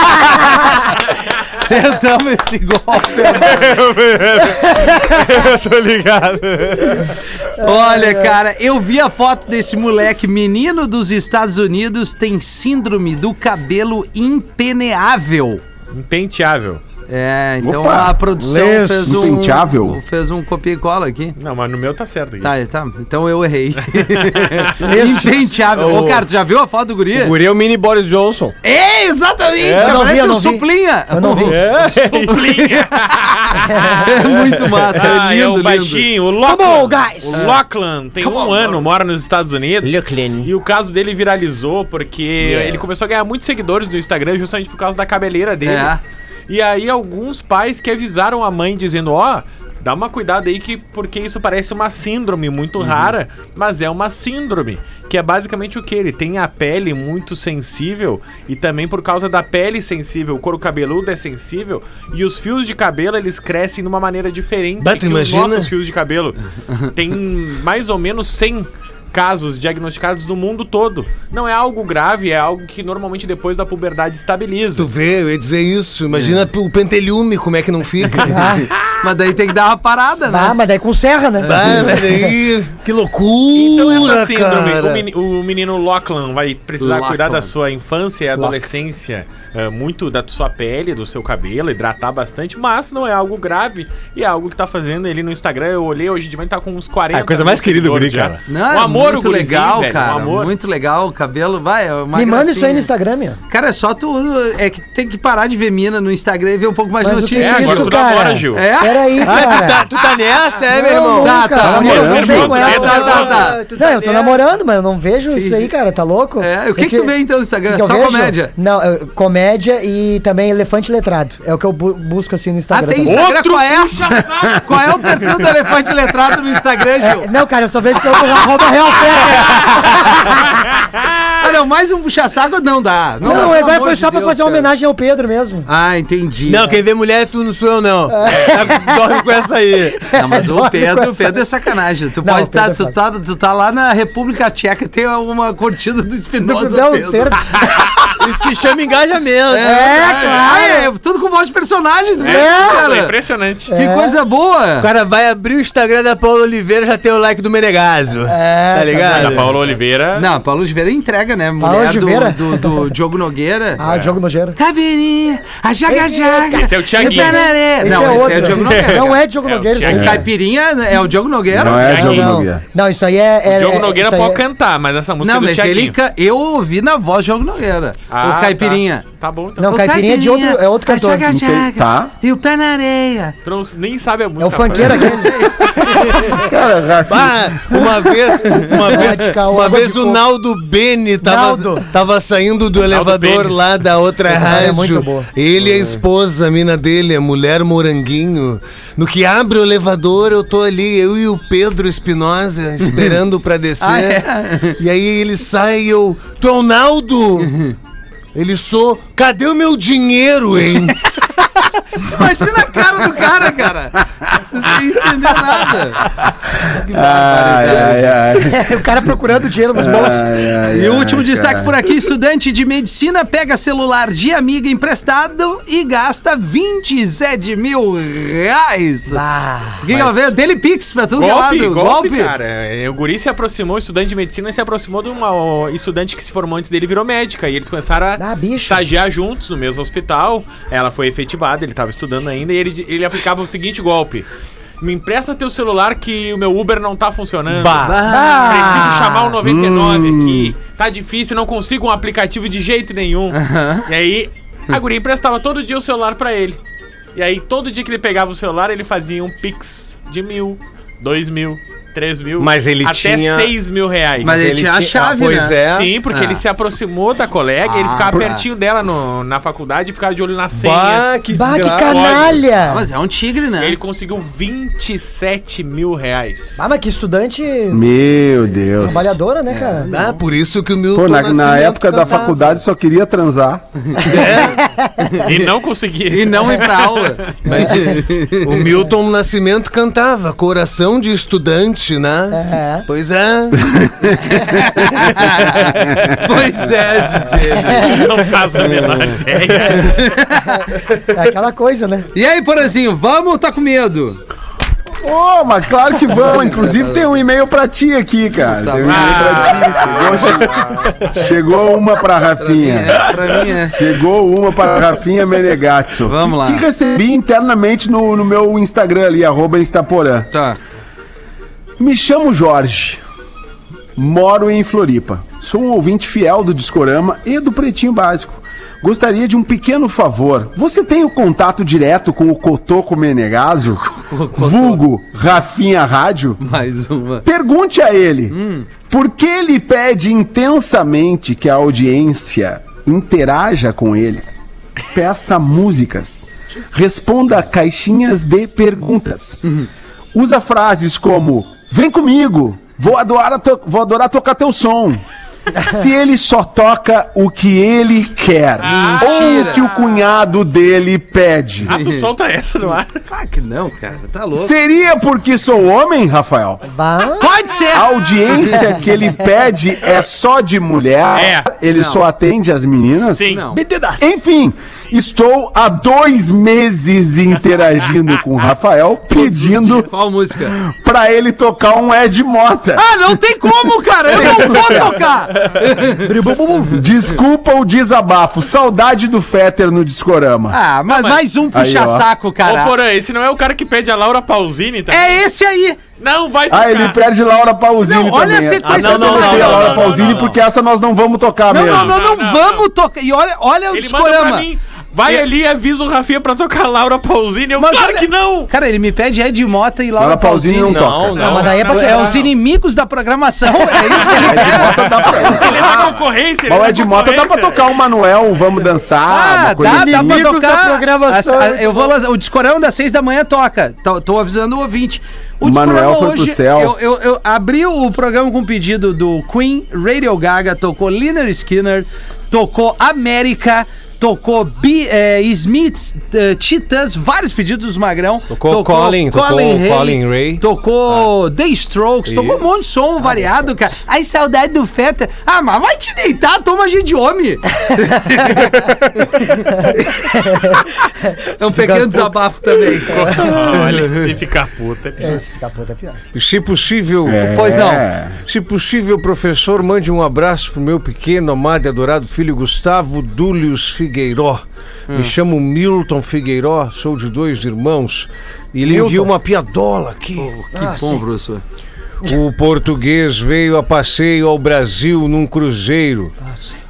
Tentamos esse golpe.
Eu tô ligado.
Olha, cara, eu vi a foto desse moleque, menino dos Estados Unidos, tem síndrome do cabelo impeneável.
Impenteável.
É, então
Opa,
a produção
les-
fez um
impenteável.
fez um copia e cola aqui.
Não, mas no meu tá certo aqui.
Tá, tá. Então eu errei. Impenteável. Ô, cara, tu já viu a foto do guri?
O guri é o mini Boris Johnson.
É, exatamente,
eu
cara,
não vi,
parece
eu
um
não vi.
suplinha.
Eu não vi.
É muito massa,
Ah,
é
é
lindo,
o
lindo.
baixinho, o
Come
Lachlan.
on, guys!
O Lachlan tem
Come
um
on,
ano,
bro.
mora nos Estados Unidos.
Lachlan.
E o caso dele viralizou porque ele começou a ganhar muitos seguidores no Instagram justamente por causa da cabeleira dele.
É.
E aí alguns pais que avisaram a mãe dizendo, ó, dá uma cuidada aí que porque isso parece uma síndrome muito rara, mas é uma síndrome, que é basicamente o que? Ele tem a pele muito sensível e também por causa da pele sensível, o couro cabeludo é sensível e os fios de cabelo eles crescem de uma maneira diferente
Bah, tu
que
imagina?
os nossos fios de cabelo. Tem mais ou menos cem casos diagnosticados no mundo todo. Não é algo grave, é algo que normalmente depois da puberdade estabiliza.
Tu vê, eu ia dizer isso. Imagina o pentelhume, como é que não fica.
Mas daí tem que dar uma parada, né?
Ah, mas daí com serra, né?
Ah, mas daí, que loucura,
Então essa síndrome,
cara.
o, meni- o menino Lachlan vai precisar
Lachlan.
cuidar da sua infância e adolescência, eh, muito da sua pele, do seu cabelo, hidratar bastante, mas não é algo grave e é algo que tá fazendo ele no Instagram. Eu olhei hoje de manhã, tá com uns quarenta.
É a coisa mais
mil
querida do
seguidores
guri,
já.
cara.
Não,
um amor,
muito
o gurizinho,
legal,
velho,
cara.
um amor.
Muito legal. O cabelo, vai. É uma
Me manda isso aí
gracinha.
no Instagram, meu.
Cara, é só tu. É que tem que parar de ver mina no Instagram e ver um pouco mais
Mas
de
o que
É,
notícias.
agora
isso,
tu
cara?
namora, Gil.
É?
Peraí,
Ah,
cara.
tu tá, tu tá nessa, é, meu
Não,
irmão?
Tá,
nunca.
tá.
Namorando,
Namorando,
não vem com
né?
essa.
Tá, tá, tá.
Tu
Não, eu tô
nessa.
namorando, mas eu não vejo
Sim,
isso aí,
sim.
cara. Tá louco?
É, o que,
Esse-
que tu vê então no Instagram?
que eu
Só
vejo?
comédia.
Não, é, comédia e também elefante letrado. É o que eu bu- busco assim no
Ah,
Instagram.
tem
também.
Instagram? Qual é? Qual é o perfil do elefante letrado no Instagram, Gil?
É, não, cara, eu só vejo pelo arroba real
Ah, não, mais um puxa-saco não dá.
Não,
dá,
não,
pelo
agora
amor
foi
de
só pra
Deus,
fazer uma
cara.
homenagem ao Pedro mesmo.
Ah, entendi.
Não, quem vê mulher, tu não sou eu, não. É, dorme com essa aí.
Não, mas o
Dorme
Pedro,
com
o Pedro é sacanagem. Tu
Não,
pode
o Pedro
tá,
é
tu, tá, tu tá lá na República Tcheca e tem uma curtida do Espinosa.
Não,
Pedro.
sério.
Isso se chama engajamento.
É, claro.
Ah, é, tudo com voz de personagem, tu vê,
É
cara.
impressionante.
Que coisa boa.
O cara vai abrir o Instagram da Paula Oliveira, já tem o like do Menegaso.
É,
Tá ligado?
Da Paula Oliveira.
Não, Paulo Oliveira entrega, né?
Paulo
Mulher
Oliveira?
do, do, do Diogo Nogueira.
Ah, Diogo Nojeiro.
Caipirinha, a jaga-jaga.
Esse é o Thiaguinho.
Esse
Não,
é
esse
outro.
é o Diogo Nogueira.
Não é Diogo
É o
Nogueira isso aí.
Thiaguinho.
Caipirinha é o Diogo Nogueira?
Não é
Thiaguinho.
Diogo
Não,
Nogueira.
não, isso aí é... é
O Diogo
é-
Nogueira
isso aí
pode
é-
cantar, mas essa música
Não,
é do
mas ele
Thiaguinho.
ca... eu ouvi na voz do Diogo Nogueira.
Ah,
o Caipirinha.
Tá bom, então.
Não, Caipirinha é de outro, é outro cantor.
Chaga, chaga,
Tá.
E o pé na areia.
Trouxe- nem sabe a
É
música.
o funkeiro aqui.
Cara, Rafinha.
Ah, uma vez, uma vez,
Vodka,
uma
água
vez
de
o
coco.
Naldo Bene tava,
Naldo.
tava saindo do elevador
Benes.
lá da outra
Essa história é
rádio.
muito boa.
Ele e a esposa, a mina dele, a mulher moranguinho. No que abre o elevador, eu tô ali, eu e o Pedro Espinosa, esperando pra descer.
Ah, é?
E aí ele sai e eu, tu é o Naldo? Ele sou, cadê o meu dinheiro, hein?
Imagina a cara do cara, cara. Sem entender nada. Que
Ai, ai, ai.
O cara procurando dinheiro nos bolsos.
Ai, ai,
E o
ai,
último destaque
cara.
por aqui, estudante de medicina pega celular de amiga emprestado e gasta vinte e sete mil reais.
Ah,
O que que ela veio? Dele Pix pra tudo que é
Golpe,
lado.
golpe, cara. É, O guri se aproximou, o estudante de medicina se aproximou de uma ó, estudante que se formou antes dele, virou médica. E eles começaram a
Ah, bicho.
estagiar juntos no mesmo hospital. Ela foi efetivada, ele tava estudando ainda. E ele, ele aplicava o seguinte golpe: me empresta teu celular que o meu Uber não tá funcionando.
Bah.
Preciso chamar o noventa e nove aqui. Tá difícil, não consigo um aplicativo de jeito nenhum. E aí, a guria emprestava todo dia o celular pra ele. E aí, todo dia que ele pegava o celular, ele fazia um pix de mil, dois mil, três mil.
Mas ele
até
tinha-
seis mil reais.
Mas ele tinha a chave,
pois
né?
é.
Sim, porque
Ah.
ele se aproximou da colega e ele
Ah,
ficava
por-
pertinho dela no, na faculdade e ficava de olho nas senhas.
Bah, que
Bah, que
desgraça.
canalha!
Mas é um tigre,
E
né?
ele conseguiu vinte e sete mil reais.
Ah, mas que estudante
Meu Deus.
trabalhadora, né, cara?
Ah, por isso que o Milton
Pô, na, na
Nascimento
época da
cantava.
faculdade só queria transar.
E não conseguia.
E não ir pra aula.
Mas o Milton Nascimento cantava Coração de Estudante, né?
É.
Pois é.
Pois é, dizer.
Não faz a menor ideia.
É aquela coisa, né?
E aí, Porazinho, vamos ou tá com medo?
Ô, mas claro que vão. Inclusive tem um e-mail pra ti aqui, cara.
Tá
Tem um
bom.
e-mail pra ti. Chegou, chegou uma pra Rafinha.
É, pra mim é.
Chegou uma para Rafinha Menegatso.
Vamos lá.
Que recebi internamente no, no meu Instagram ali, arroba Instaporã.
Tá.
Me chamo Jorge. Moro em Floripa. Sou um ouvinte fiel do Discorama e do Pretinho Básico. Gostaria de um pequeno favor. Você tem o contato direto com o Cotoco Menegaso? Vulgo Rafinha Rádio?
Mais uma.
Pergunte a ele. Por que ele pede intensamente que a audiência interaja com ele? Peça músicas. Responda caixinhas de perguntas. Usa frases como: vem comigo, vou adorar, to- vou adorar tocar teu som. Se ele só toca o que ele quer, ou o que o cunhado dele pede.
Ah, tu solta essa no ar.
Claro que não, cara. Tá louco.
Seria porque sou homem, Rafael?
Bah.
Pode ser.
A audiência que ele pede é só de mulher?
É.
Ele
Não.
só atende as meninas?
Sim.
Não.
Enfim, estou há dois meses interagindo com o Rafael, pedindo
Qual música?
pra ele tocar um Ed Mota.
Ah, não tem como, cara. Eu não vou tocar.
Desculpa o desabafo, saudade do Fetter no Discorama.
Ah, mas, mais um
Aí,
puxa-saco,
Ô,
cara.
Porã, esse não é o cara que pede a Laura Pausini, tá?
É esse aí.
Não, vai tocar.
Ah, ele pede Laura Pausini
Não, olha
também.
a sequência
Ah, não,
do
não,
Eu botei a
não,
Laura
não,
Pausini
não, não.
porque essa nós não vamos tocar
Não,
mesmo.
não, não, não,
Não, não,
vamos tocar. E olha, olha o
Ele manda pra
discorama.
mim. Vai ali e avisa o Rafinha pra tocar Laura Pausini. Eu,
Mas
claro
olha-
que não.
Cara, ele me pede Ed Mota e Laura
Laura Pausini
Pausini.
não toca.
Não, mas daí é pra
É
quebrar.
os inimigos da programação. É isso que ele quer.
Ele é da concorrência.
Mas o
ele é
Ed
da
Mota dá pra
concorrência.
tocar o Manuel, Vamos Dançar,
Ah,
uma coisa
dá,
assim.
dá pra
Amigos da
tocar.
programação.
As- a- eu vou lançar- o Discorama das seis da manhã toca. Tô, tô avisando o ouvinte. O
Manuel
Discorama
foi pro
hoje.
céu.
Eu, eu, eu abri o programa com um pedido do Queen, Radio Gaga, tocou Lynyrd Skynyrd, tocou América. Tocou B, eh, Smiths, eh, Titãs, vários pedidos dos Magrão.
Tocou Colin, tocou Colin Ray.
Tocou The Strokes, tocou um
Isso.
monte de som variado, cara. Ai, saudade do Feta. Ah, mas vai te deitar, toma gente de homem. É um pequeno desabafo também.
Olha, se ficar puta. é pior.
É, se ficar puta é pior.
Se possível,
Pois não.
É.
se possível, professor, mande um abraço pro meu pequeno, amado e adorado filho Gustavo Dúlios Figueiró. Me chamo Milton Figueiró, sou de dois irmãos. E ele
Milton.
enviou uma piadola aqui.
Que bom, professor.
O português veio a passeio ao Brasil num cruzeiro.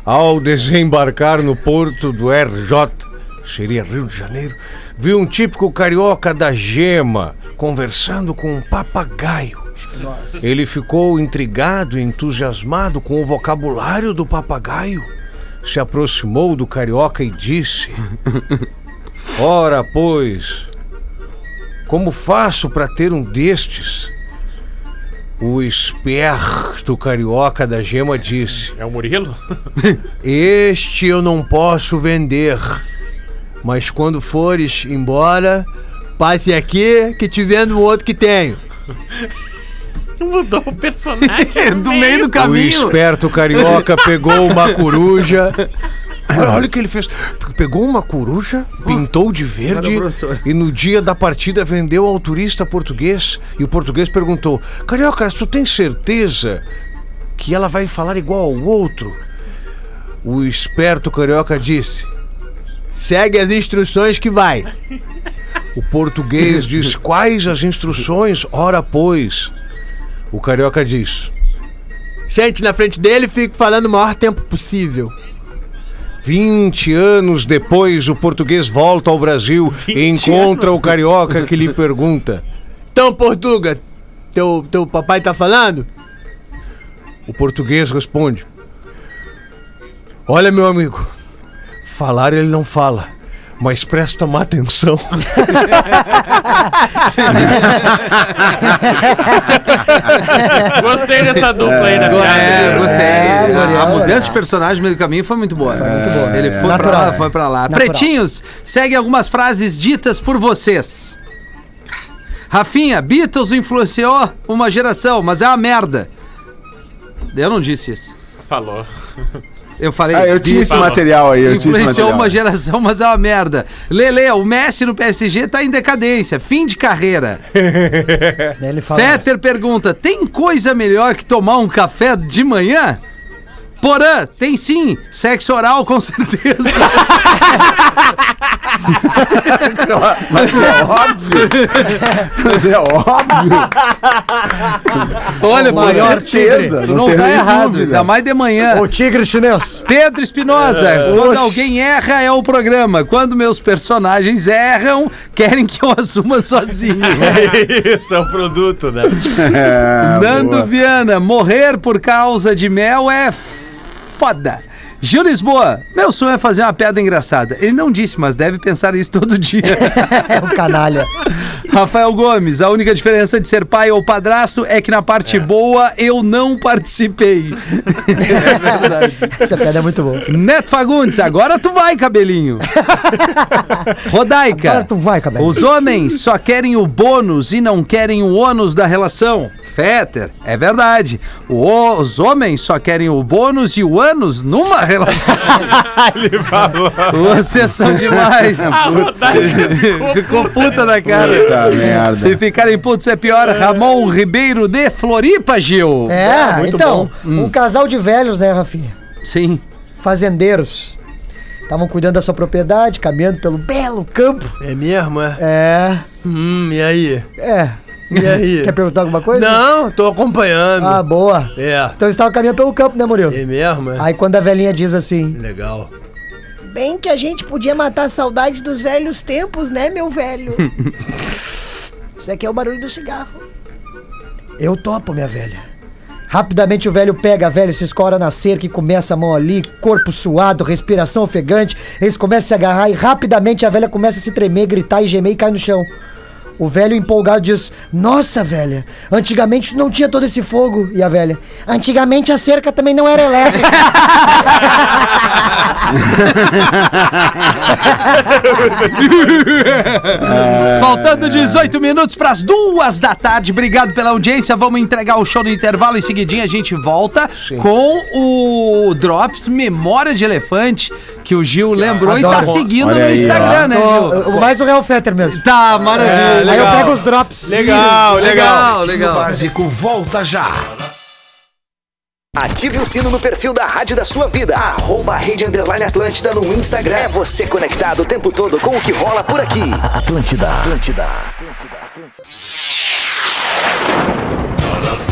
ao desembarcar no porto do R J, seria Rio de Janeiro, viu um típico carioca da Gema conversando com um papagaio. Ele ficou intrigado e entusiasmado com o vocabulário do papagaio. Se aproximou do carioca e disse: ora, pois, como faço para ter um destes? O esperto carioca da Gema disse:
É o Murilo?
Este eu não posso vender, mas quando fores embora, passe aqui que te vendo o outro que tenho.
Mudou o personagem
Do meio do
O
caminho.
esperto carioca pegou uma coruja. Olha, olha o que ele fez. Pegou uma coruja, pintou de verde
Olha, professor.
e no dia da partida vendeu ao turista português. E o português perguntou: Carioca, tu tem certeza que ela vai falar igual ao outro? O esperto carioca disse:
Segue as instruções que vai.
o português diz: quais as instruções? Ora, pois. O carioca diz:
Sente na frente dele e fique falando o maior tempo possível.
vinte anos depois, o português volta ao Brasil e encontra o carioca que lhe pergunta:
Então, Portuga, teu, teu papai tá falando?
O português responde: olha, meu amigo, falar ele não fala, mas presta má atenção.
Gostei dessa dupla aí na piada.
É, gostei.
É,
a,
Muriel,
a mudança
é.
de personagem no meio do caminho foi muito boa. Foi
muito boa.
Ele foi
Natural.
pra lá, foi pra lá.
Natural.
Pretinhos, segue algumas frases ditas por vocês. Rafinha, Beatles influenciou uma geração, mas é uma merda. Eu não disse isso.
Falou.
Eu falei.
Ah, eu tinha esse
Beatles
material aí, eu tinha esse
influenciou
material.
uma geração, mas é uma merda. Lele, o Messi no P S G tá em decadência, fim de carreira.
Daí ele fala,
Fetter pergunta: tem coisa melhor que tomar um café de manhã? Porã, tem sim, sexo oral com certeza.
Mas é óbvio. Mas é óbvio.
Olha,
O maior
Porã,
tigre.
certeza,
tu não,
tenho
tá
nem
errado,
dúvida.
ainda mais de manhã.
o tigre chinês.
Pedro Espinosa, quando
Oxe.
alguém erra é o programa. Quando meus personagens erram, querem que eu assuma sozinho.
Isso, é o produto, né?
É,
Nando
boa.
Viana, morrer por causa de mel é foda. Gil Lisboa, meu sonho é fazer uma piada engraçada. Ele não disse, mas deve pensar isso todo dia.
É o canalha.
Rafael Gomes, a única diferença de ser pai ou padrasto é que na parte boa eu não participei. É verdade.
Essa piada é muito boa.
Neto Fagundes, agora tu vai, cabelinho. Rodaica,
Agora tu vai, cabelinho.
os homens só querem o bônus e não querem o ônus da relação. Fetter, é verdade. O- os homens só querem o bônus e o ânus numa relação.
Ele falou.
Vocês são demais. Ficou puta da cara.
Puta merda.
Se ficarem putos é pior. Ramon Ribeiro de Floripa, Gil.
É,
muito
então, um casal de velhos, né, Rafinha?
Sim.
Fazendeiros. Estavam cuidando da sua propriedade, caminhando pelo belo campo.
É mesmo, é?
É,
Hum, e aí?
é.
E aí?
Quer perguntar alguma coisa?
Não, tô acompanhando.
Ah, boa.
É.
Então eles estavam caminhando pelo campo, né, Murilo?
É mesmo, é?
Aí quando a velhinha diz assim:
Legal.
bem que a gente podia matar a saudade dos velhos tempos, né, meu velho? Isso aqui é o barulho do cigarro. Eu topo, minha velha. Rapidamente o velho pega a velha, se escora na cerca e começa a mão ali, corpo suado, respiração ofegante. Eles começam a se agarrar e rapidamente a velha começa a se tremer, gritar e gemer e cai no chão. O velho empolgado diz: nossa, velha, antigamente não tinha todo esse fogo. E a velha: antigamente a cerca também não era elétrica.
Faltando dezoito minutos para as duas da tarde. Obrigado pela audiência. Vamos entregar o show no intervalo. Em seguidinho a gente volta com o Drops Memória de Elefante, que o Gil lembrou e
adoro.
tá seguindo
Olha
no
aí,
Instagram,
ó.
né, Gil?
Tô- mais o Real Fetter mesmo.
Tá, maravilha.
Aí eu pego os drops.
Legal, legal.
legal, legal.
Básico volta já. Ative o sino no perfil da Rádio da Sua Vida. Arroba Rede Underline Atlântida no Instagram. É você conectado o tempo todo com o que rola por aqui. Atlântida. Atlântida.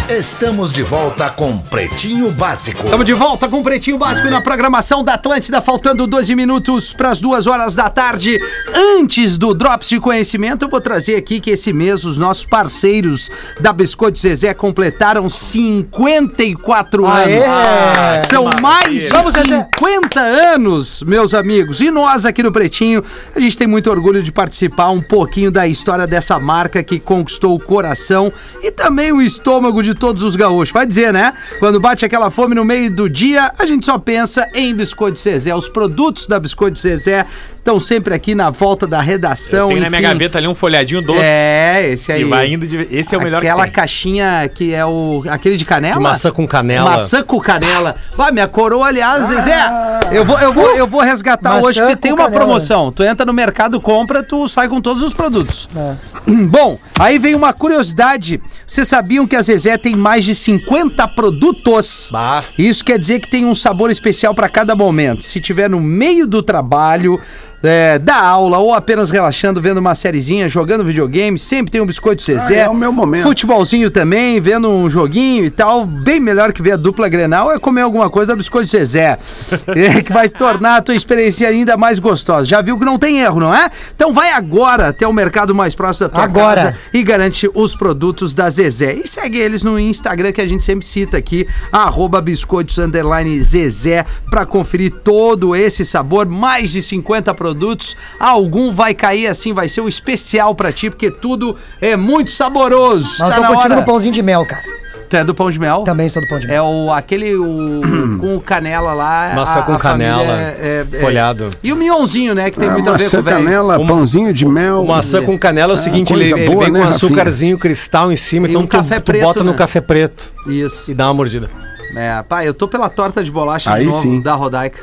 Estamos de volta com Pretinho Básico.
Estamos de volta com o Pretinho Básico na programação da Atlântida, faltando doze minutos para as duas horas da tarde. Antes do Drops de Conhecimento, eu vou trazer aqui que esse mês os nossos parceiros da Biscoito Zezé completaram cinquenta e quatro
Aê!
anos.
Ah,
São mais de
Vamos, Zezé!
cinquenta anos, meus amigos. E nós aqui no Pretinho, a gente tem muito orgulho de participar um pouquinho da história dessa marca que conquistou o coração e também o estômago de todos os gaúchos. Vai dizer, né? Quando bate aquela fome no meio do dia, a gente só pensa em Biscoito Zezé. Os produtos da Biscoito Zezé estão sempre aqui na volta da redação.
Tem na minha gaveta ali um folhadinho doce.
É, esse aí.
Que vai indo de... Esse é o melhor
Aquela
que tem.
caixinha que é o... Aquele de canela?
De maçã com canela.
Maçã com canela. Vai, minha coroa, aliás, Zezé. Eu vou, eu vou, eu vou resgatar
Maçã
hoje, porque
com
tem uma
canela.
promoção. Tu entra no mercado, compra, tu sai com todos os produtos.
É.
Bom, aí vem uma curiosidade. Vocês sabiam que a Zezé tem mais de cinquenta produtos?
Bah.
Isso quer dizer que tem um sabor especial para cada momento. Se tiver no meio do trabalho, é, da aula ou apenas relaxando, vendo uma sériezinha, jogando videogame, sempre tem um Biscoito Zezé.
Ah, é o meu momento.
Futebolzinho também, vendo um joguinho e tal. Bem melhor que ver a dupla Grenal é comer alguma coisa da Biscoito Zezé. É, que vai tornar a tua experiência ainda mais gostosa. Já viu que não tem erro, não é? Então vai agora até o mercado mais próximo da tua
Agora.
casa e garante os produtos da Zezé. E segue eles no Instagram, que a gente sempre cita aqui, arroba biscoitos underline Zezé, pra conferir todo esse sabor. Mais de cinquenta produtos. Algum vai cair assim, vai ser o especial pra ti, porque tudo é muito saboroso.
Mas eu tô
na
contigo
hora.
no pãozinho de mel, cara.
Tu é do pão de mel?
Também sou do pão de mel.
É o, aquele o, com canela lá.
Maçã
a-
com
a família
canela,
é- é-
folhado.
E o mignonzinho, né, que tem
Ah,
muito a ver
maçã,
com o velho.
canela,
Uma-
pãozinho de mel.
O maçã com canela é o seguinte, ele,
coisa
ele
boa,
vem
né,
com
Rafinha?
açúcarzinho cristal em cima,
E
então
um
tu,
café
tu
preto,
bota no
né?
café preto
Isso.
e dá uma mordida.
É, pá, eu tô pela torta de bolacha
Aí
de novo
sim.
da Rodaica.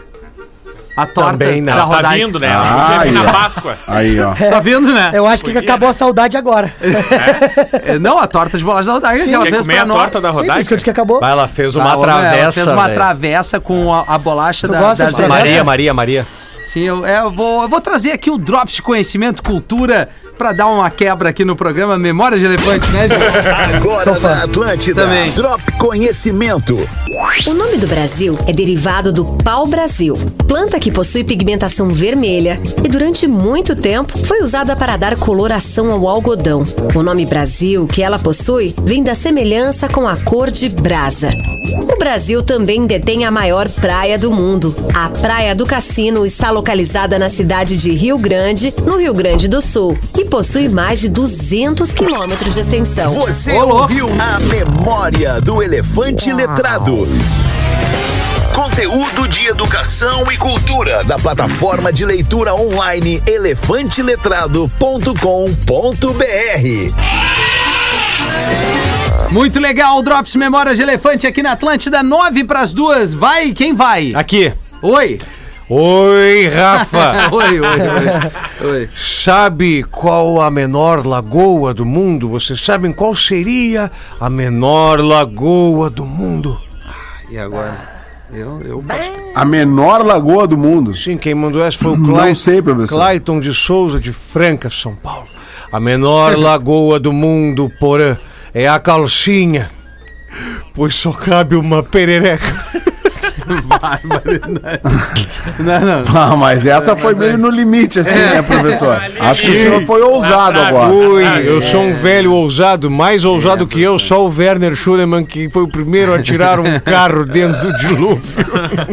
A torta
Também não.
da
Tá
Rodaica.
vindo, né?
Ah,
Podia vir
aí,
na
ó.
Páscoa.
Aí, ó.
Tá vendo, né?
Eu acho que
Podia,
acabou
né?
a saudade agora.
É, não, a torta de bolacha da Rodaica que ela
Quer
fez
comer
pra
a
nós.
torta da
Sim, por isso que eu
Rodaica?
disse que acabou.
Vai, ela fez uma
Ah, ô,
travessa,
ela fez uma
velho.
travessa com a, a bolacha
Tu
da,
gosta
da
de
Zezé.
travessa?
Maria, Maria, Maria.
Sim, eu, é, eu, vou, eu vou trazer aqui o Drops de Conhecimento, Cultura, pra dar uma quebra aqui no programa Memória de Elefante, né, gente?
Agora na Atlântida.
Também.
Drop Conhecimento.
O nome do Brasil é derivado do pau-brasil, planta que possui pigmentação vermelha e durante muito tempo foi usada para dar coloração ao algodão. O nome Brasil que ela possui vem da semelhança com a cor de brasa. O Brasil também detém a maior praia do mundo. A Praia do Cassino está localizada na cidade de Rio Grande, no Rio Grande do Sul, e possui mais de duzentos quilômetros de extensão.
Você
Ô, louco.
ouviu a Memória do Elefante Letrado. Conteúdo de educação e cultura da plataforma de leitura online elefante letrado ponto com ponto br.
Muito legal, o Drops Memória de Elefante aqui na Atlântida, nove pras duas. Vai, quem vai?
Aqui.
Oi.
Oi, Rafa.
oi, oi, oi. Oi.
Sabe qual a menor lagoa do mundo? Vocês sabem qual seria a menor lagoa do mundo?
E agora? Eu, eu...
A menor lagoa do mundo.
Sim, quem mandou essa foi o
Não
Clay...
sei, professor.
Clayton de Souza, de Franca, São Paulo. A menor lagoa do mundo, porã, é a calcinha, pois só cabe uma perereca.
Vai, vai, não, não.
Ah, mas essa foi meio no limite, assim, né, professor? Acho que o senhor foi ousado agora.
Ui, eu sou um velho ousado, mais ousado que eu, só o Werner Schulemann, que foi o primeiro a tirar um carro dentro do dilúvio.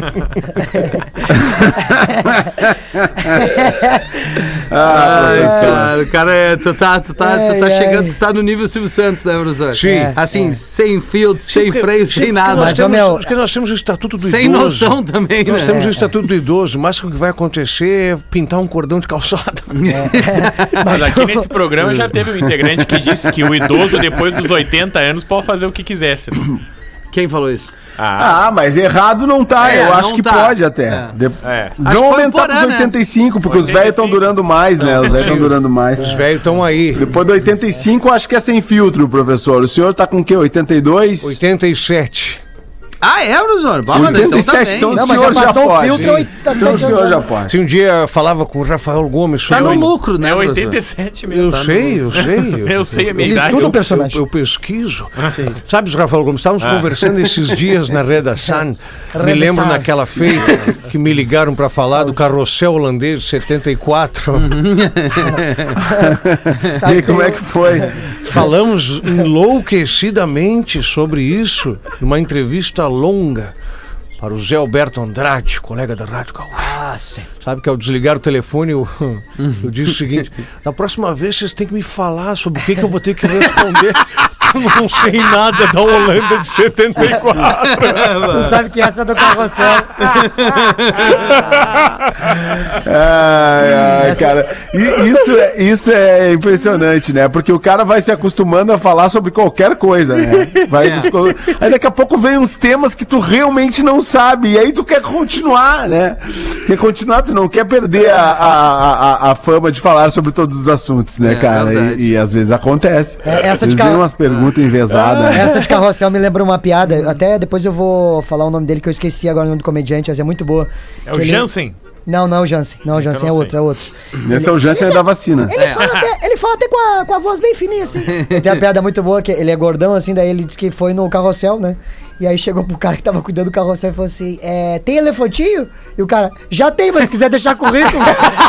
Ai, cara, o cara é, tu tá, tu tá, tu tá
Ai,
chegando,
ai.
tu tá no nível Silvio Santos, né, professor?
Sim. É,
Assim, sem filtro, sem freio, sem nada.
Nós
Mas, ô,
temos,
meu,
porque nós temos o Estatuto do
Sem
Idoso.
noção também,
Nós
né?
temos o Estatuto do Idoso, mas o que vai acontecer é pintar um cordão de calçado.
Mas aqui nesse programa já teve um integrante que disse que o idoso, depois dos oitenta anos, pode fazer o que quisesse.
Quem falou isso?
Ah,
Ah, mas errado não tá,
É,
eu acho
não
que
tá.
pode até.
É.
De...
é.
Acho que
Não
foi o
aumentar
Porã,
pros
né?
oitenta e cinco, porque os velhos estão durando mais, né? Os velhos estão durando mais.
Os velhos estão aí.
Depois do oitenta e cinco, acho que é sem filtro, professor. O senhor tá com o quê? oitenta e dois?
oitenta e sete.
Ah, é, Brusone?
oitenta e sete, então o
Não, mas já
senhor já
passou o
pode.
filtro,
Então
oitenta e
o
sete
senhor
anos.
já pode.
Se um dia falava com o Rafael Gomes
Tá
sobre
no lucro, né,
É
Brusone?
oitenta e sete mesmo.
Eu
tá
sei, eu sei.
Eu sei a minha
Ele
idade.
estuda o
Eu,
personagem.
eu pesquiso. Sabe, Rafael Gomes, estávamos conversando esses dias na redação. Me lembro
Redação.
naquela feita que me ligaram para falar do carrossel holandês de setenta e quatro.
E aí, como é que foi?
Falamos enlouquecidamente sobre isso numa entrevista longa para o Zé Alberto Andrade, colega da Rádio Gaúcha.
Ah, sim.
Sabe que ao desligar o telefone eu, eu disse o seguinte: da próxima vez vocês têm que me falar sobre o que, que eu vou ter que responder. Eu não sei nada da Holanda de setenta e quatro.
Tu sabe que essa é do carrossel.
Ai, ai, cara. E isso, é- isso é impressionante, né? Porque o cara vai se acostumando a falar sobre qualquer coisa, né? Vai, Aí daqui a pouco vem uns temas que tu realmente não sabe. E aí tu quer continuar, né? Quer continuar, tu não quer perder a, a, a, a fama de falar sobre todos os assuntos, né,
É,
cara?
verdade.
E, e às vezes acontece.
É, essa
às
de
vezes
carro-
tem umas perguntas envesadas. né?
Essa de carrossel me lembra uma piada. Até depois eu vou falar o nome dele, que eu esqueci agora o nome do comediante, mas é muito boa.
É
Que
o
ele-
Jansen?
Não, não é o Jansen. Não, o Jansen é
não
outro,
sei.
é outro.
Esse é o Jansen da vacina.
Ele, fala até, ele fala até com a, com a voz bem fininha, assim. Ele tem uma piada muito boa, que ele é gordão, assim, daí ele disse que foi no carrossel, né? E aí chegou pro cara que tava cuidando do carrossel e falou assim, é, tem elefantinho? E o cara, já tem, mas se quiser deixar currículo...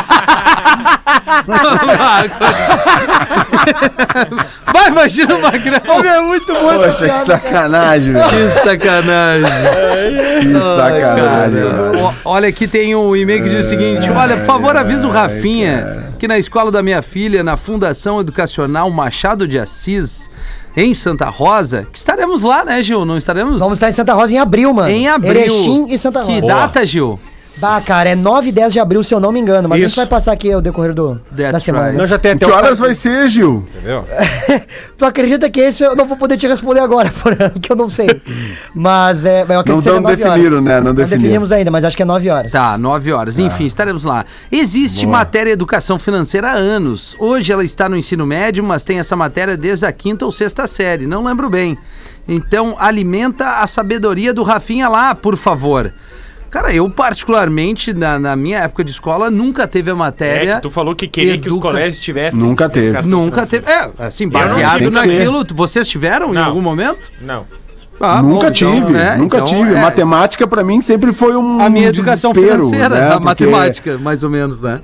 Vai, imagina o Magrão.
é muito bom essa
Poxa, que
piada, cara.
sacanagem, velho.
Que sacanagem.
Que sacanagem, velho.
Ó, olha, aqui tem um e-mail que diz o seguinte: olha, por favor, avisa o Rafinha que na escola da minha filha, na Fundação Educacional Machado de Assis, em Santa Rosa, que estaremos lá, né, Gil? Não estaremos?
Vamos estar em Santa Rosa em abril, mano.
Em abril.
Erechim e Santa Rosa.
Que data, Gil?
Bah, cara, é nove e dez de abril, se eu não me engano. Mas a gente
Isso.
vai passar aqui ao decorrer do, da
That's
semana.
right.
Nós já tem até
Que
o
horas
cara-
vai ser, Gil?
Entendeu?
Tu acredita que esse eu não vou poder te responder agora, Porã, que eu não sei. Mas é, eu acredito
Não
que seja
tão
nove
definiram,
horas.
né? Não definiram.
definimos ainda, mas acho que é nove horas.
Tá, nove horas. Enfim, estaremos lá. Existe matéria educação financeira há anos. Hoje ela está no ensino médio, mas tem essa matéria desde a quinta ou sexta série. Não lembro bem. Então, alimenta a sabedoria do Rafinha lá, por favor. Cara, eu particularmente, na, na minha época de escola, nunca teve a matéria...
É, que tu falou que queria que os
Educa-
colégios tivessem.
Nunca teve.
educação
Nunca
financeira.
teve. É, assim,
não
baseado
tive.
naquilo... Vocês tiveram em
Não.
algum momento?
Não.
Ah,
nunca
bom,
tive,
então, é,
nunca
então,
tive.
é.
Matemática pra mim sempre foi um
A minha educação
desespero,
financeira,
né?
a
Porque-
matemática, mais ou menos, né?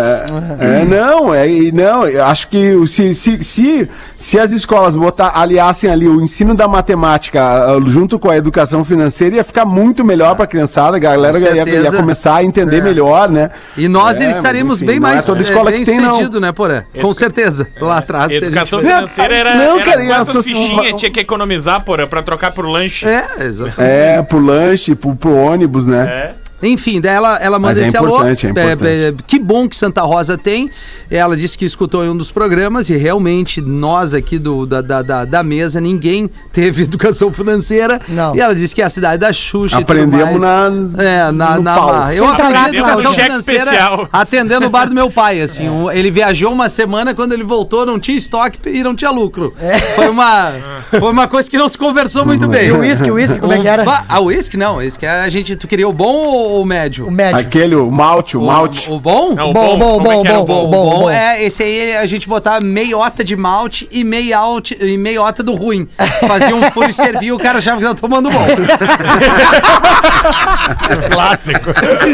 É, é, não, é, e não, eu acho que o- se, se, se, se as escolas botar, aliassem ali o ensino da matemática ah, junto com a educação financeira, ia ficar muito melhor pra criançada, a galera
Com
ia, ia
certeza.
começa a entender
É.
melhor, né?
E nós
É, mas
estaremos
enfim,
bem
não é
mais
toda
é,
escola
bem
que tem, não.
sucedido, né, Porã? Com certeza. Lá atrás. se a gente
Educação
tivesse-
financeira era,
Não,
era
cara, e a
quantas
associa-
fichinhas tinha que economizar por, pra trocar por lanche.
É, exatamente.
É, pro lanche, pro, pro ônibus, né?
É.
Enfim, daí ela, ela manda
Mas é
esse alô.
importante, é importante.
é, que bom que Santa Rosa tem. Ela disse que escutou em um dos programas e realmente nós aqui do, da, da, da, da mesa, ninguém teve educação financeira.
Não.
E ela disse que é a cidade da Xuxa e tudo
Aprendemos
mais.
na,
É, na,
no
na
pau.
marra. Eu
Senta
aprendi
lá,
educação
Cláudia.
financeira
Especial.
atendendo o bar do meu pai, assim. Um- ele viajou uma semana, quando ele voltou não tinha estoque e não tinha lucro. Foi uma foi uma coisa que não se conversou muito bem.
E o uísque, o uísque, como é que era?
Ah, ah, o uísque não, esse que a gente, tu queria o bom ou o médio?
O médio.
aquele, o malte, o, malte.
O, o bom?
Não, o
Bom, bom,
como é
bom,
que era o
bom,
O
bom.
bom é, esse aí a gente botava meiota de malte e, meiote, e meiota do ruim. Fazia um furo e servia, o cara achava que tava tomando bom.
Clássico.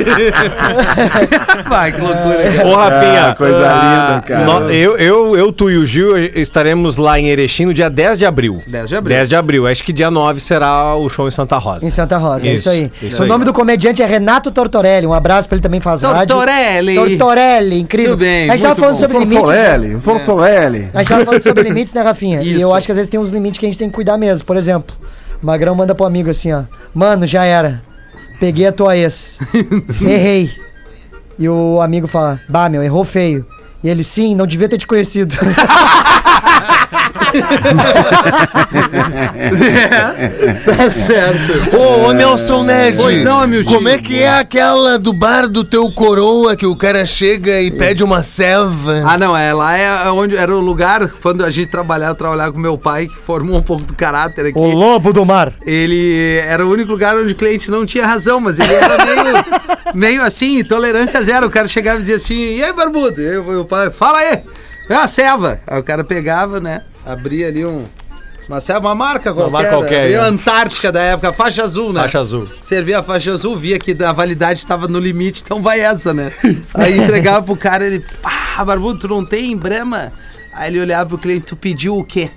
Vai, que loucura.
Ô, Rafinha,
Ah, coisa
ah,
linda, cara.
nó- eu, eu, eu, tu e o Gil estaremos lá em Erechim no dia dez de abril.
dez de abril.
dez de abril. Acho que dia nove será o show em Santa Rosa.
Em Santa Rosa, é isso
Isso,
aí.
isso
o
aí.
nome do comediante é Renato Tortorelli. Um abraço pra ele, também faz rádio.
Tortorelli.
Tortorelli, incrível.
Tudo bem,
A gente tava
muito
falando
bom.
sobre limites. né?
Forforelli, Forforelli.
A gente tava falando sobre limites, né, Rafinha? E
Isso.
eu acho que às vezes tem uns limites que a gente tem que cuidar mesmo. Por exemplo, o Magrão manda pro amigo assim, ó. Mano, já era. Peguei a tua ex. Errei. E o amigo fala, bah, meu, errou feio. E ele, sim, não devia ter te conhecido.
É, tá certo.
Ô, ô Nelson Ned,
Pois não, Amildinho.
como é que é aquela do bar do teu coroa que o cara chega e pede uma selva?
Ah, não, é lá é onde era o lugar, quando a gente trabalhava, eu trabalhava com meu pai, que formou um pouco do caráter aqui.
O lobo do mar.
Ele era o único lugar onde o cliente não tinha razão, mas ele era meio, meio assim, tolerância zero. O cara chegava e dizia assim, e aí, barbudo? E o pai, fala aí, é uma ceva. Aí o cara pegava, né, abria ali um... Uma ceva, uma marca qualquer.
marca qualquer,
abria
é.
a Antártica da época, faixa azul, né?
Faixa azul.
Servia a faixa azul, via que a validade estava no limite, então vai essa, né? Aí entregava pro cara, ele, pá, barbudo, tu não tem Brahma? Aí ele olhava pro cliente, tu pediu o quê?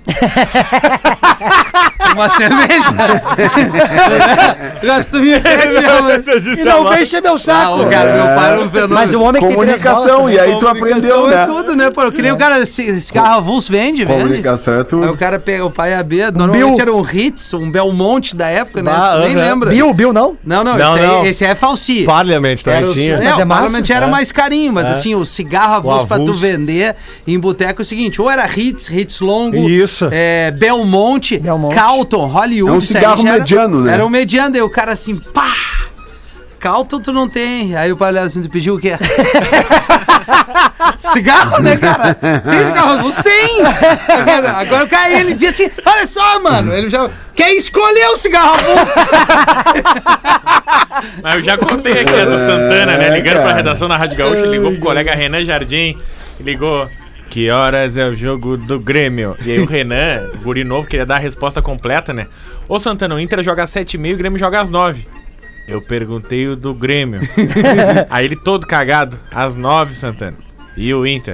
Uma cerveja? Agora se tu me entende,
E não vem encher meu saco.
Ah, o cara, meu pai era um fenômeno.
Mas o homem que tem três
Comunicação,
bolas,
e aí tu aprendeu,
é
né?
tudo, né, pô? Que nem o cara, ci- cigarro avulso vende, vende.
Comunicação é
Aí
tudo.
o cara pega o pai abria, normalmente
Bill.
era um Hits, um Belmonte da época, né?
Bah,
Tu nem
aham.
lembra.
Bill, Bill não?
Não, não,
Não,
esse,
não.
Aí, esse aí é falsi.
Parliament também
Era o,
tinha.
é,
Mas é
o
massa,
Parliament era
é.
mais carinho, mas
É.
assim, o cigarro avulso
O
pra tu
avulso.
vender em boteco é o seguinte, ou era Hits, Hits longo,
Isso.
é, Belmonte,
Belmonte.
Calton, Hollywood.
É um
isso aí
cigarro
já era-
mediano, né?
Era um mediano, aí o cara assim, pá! Calton tu não tem. Aí o pai olhava assim, tu pediu o quê? Cigarro, né, cara? Tem cigarro avulso? Tem! Agora, agora o cara, ele dizia assim, olha só, mano, ele já quer escolher o cigarro avulso.
Mas eu já contei aqui a do Santana, né? Ligando pra redação da Rádio Gaúcha, ligou pro colega Renan Jardim, ligou. Que horas é o jogo do Grêmio? E aí o Renan, o guri novo, queria dar a resposta completa, né? Ô Santana, o Inter joga às sete e meia e o Grêmio joga às nove. Eu perguntei o do Grêmio. Aí ele todo cagado, às nove, Santana. E o Inter?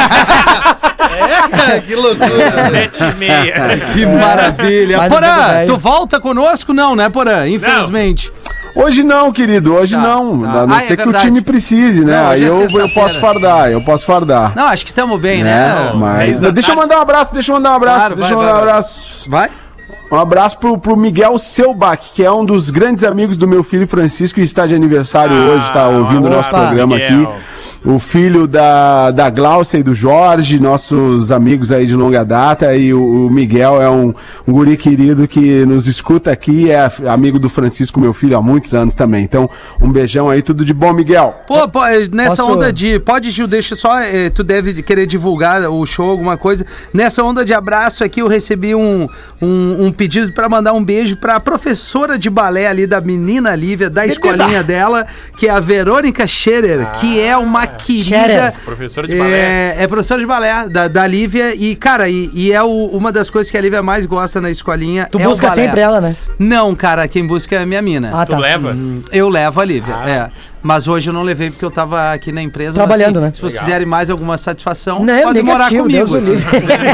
É, que loucura.
Sete e meia.
Que maravilha.
Mas
Porã,
é
tu volta conosco? Não, né, Porã? Infelizmente.
Hoje não, querido, hoje
Tá,
não.
tá.
A não
Ah, é
ser que o
verdade.
time precise, né?
Não,
Aí
hoje é
eu, eu
sexta-feira.
posso fardar, eu posso fardar.
Não, acho que estamos bem, né?
É, mas
seis da
deixa eu
tarde.
mandar um abraço, deixa eu mandar um abraço,
Claro,
deixa eu
vai,
mandar um
vai, vai.
abraço.
Vai?
Um abraço pro, pro Miguel Selbach, que é um dos grandes amigos do meu filho Francisco e está de aniversário
Ah,
hoje, tá ouvindo o nosso
opa,
programa
Miguel.
aqui. O filho da, da Glaucia e do Jorge, nossos amigos aí de longa data, e o, o Miguel é um, um guri querido que nos escuta aqui, é amigo do Francisco, meu filho, há muitos anos também. Então, um beijão aí, tudo de bom, Miguel.
Pô, pô, eh, nessa
Posso-
onda de. Pode, Gil, deixa só. eh, tu deve querer divulgar o show, alguma coisa. Nessa onda de abraço aqui, eu recebi um, um, um pedido pra mandar um beijo pra professora de balé ali da menina Lívia, da escolinha dela, que é a Verônica Scherer, que é uma querida.
Scherer.
Professora de
é,
balé.
É professora de balé da, da Lívia. E, cara, e, e é o- uma das coisas que a Lívia mais gosta na escolinha.
Tu
é o
busca
balé.
sempre ela, né?
Não, cara, quem busca é a minha mina.
Ah,
Tu
tá.
leva?
Eu levo a Lívia,
Ah.
é. Mas hoje eu não levei porque eu tava aqui na empresa.
Trabalhando,
mas, assim,
né?
Se vocês quiserem mais alguma satisfação,
Não,
pode morar
negativo,
comigo.
Deus o
assim,
livre.
se quiserem.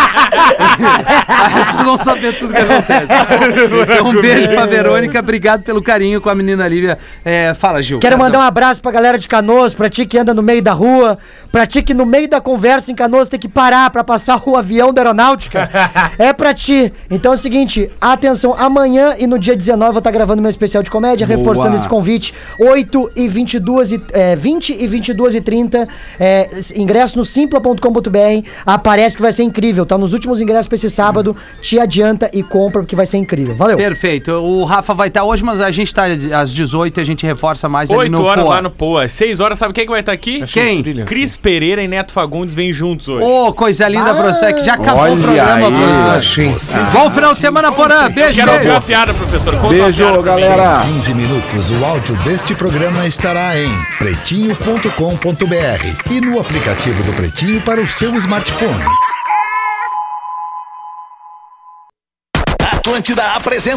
Aí vocês vão saber tudo que acontece. Então, um beijo pra Verônica. Obrigado pelo carinho com a menina Lívia. É, fala, Gil.
Quero mandar um abraço pra galera de Canoas, pra ti que anda no meio da rua, pra ti que no meio da conversa em Canoas tem que parar pra passar o avião da aeronáutica. É pra ti. Então é o seguinte, atenção, amanhã e no dia dezenove eu vou estar gravando meu especial de comédia,
Boa.
reforçando esse convite. oito e vinte e duas e, é, vinte e vinte e duas e trinta, é, ingresso no simpla ponto com ponto br. Aparece que vai ser incrível, tá nos últimos ingressos pra esse sábado. Te adianta e compra porque vai ser incrível. Valeu.
Perfeito. O Rafa vai estar hoje, mas a gente tá às dezoito e a gente reforça mais ali
oito
no
horas
Poa.
lá no Poa. seis horas, sabe quem que vai estar aqui?
Quem?
Cris Pereira e Neto Fagundes vêm juntos hoje.
Ô, coisa linda, professor. Que já acabou
olha
o programa,
aí.
professor. Bom final de semana, Porã. Beijo,
Quero ouvir
beijo.
uma piada, professor. Conta uma piada
Beijo,
pra mim.
galera.
quinze minutos, o áudio deste programa estará em pretinho ponto com ponto br e no aplicativo do Pretinho para o seu smartphone.
Atlântida apresenta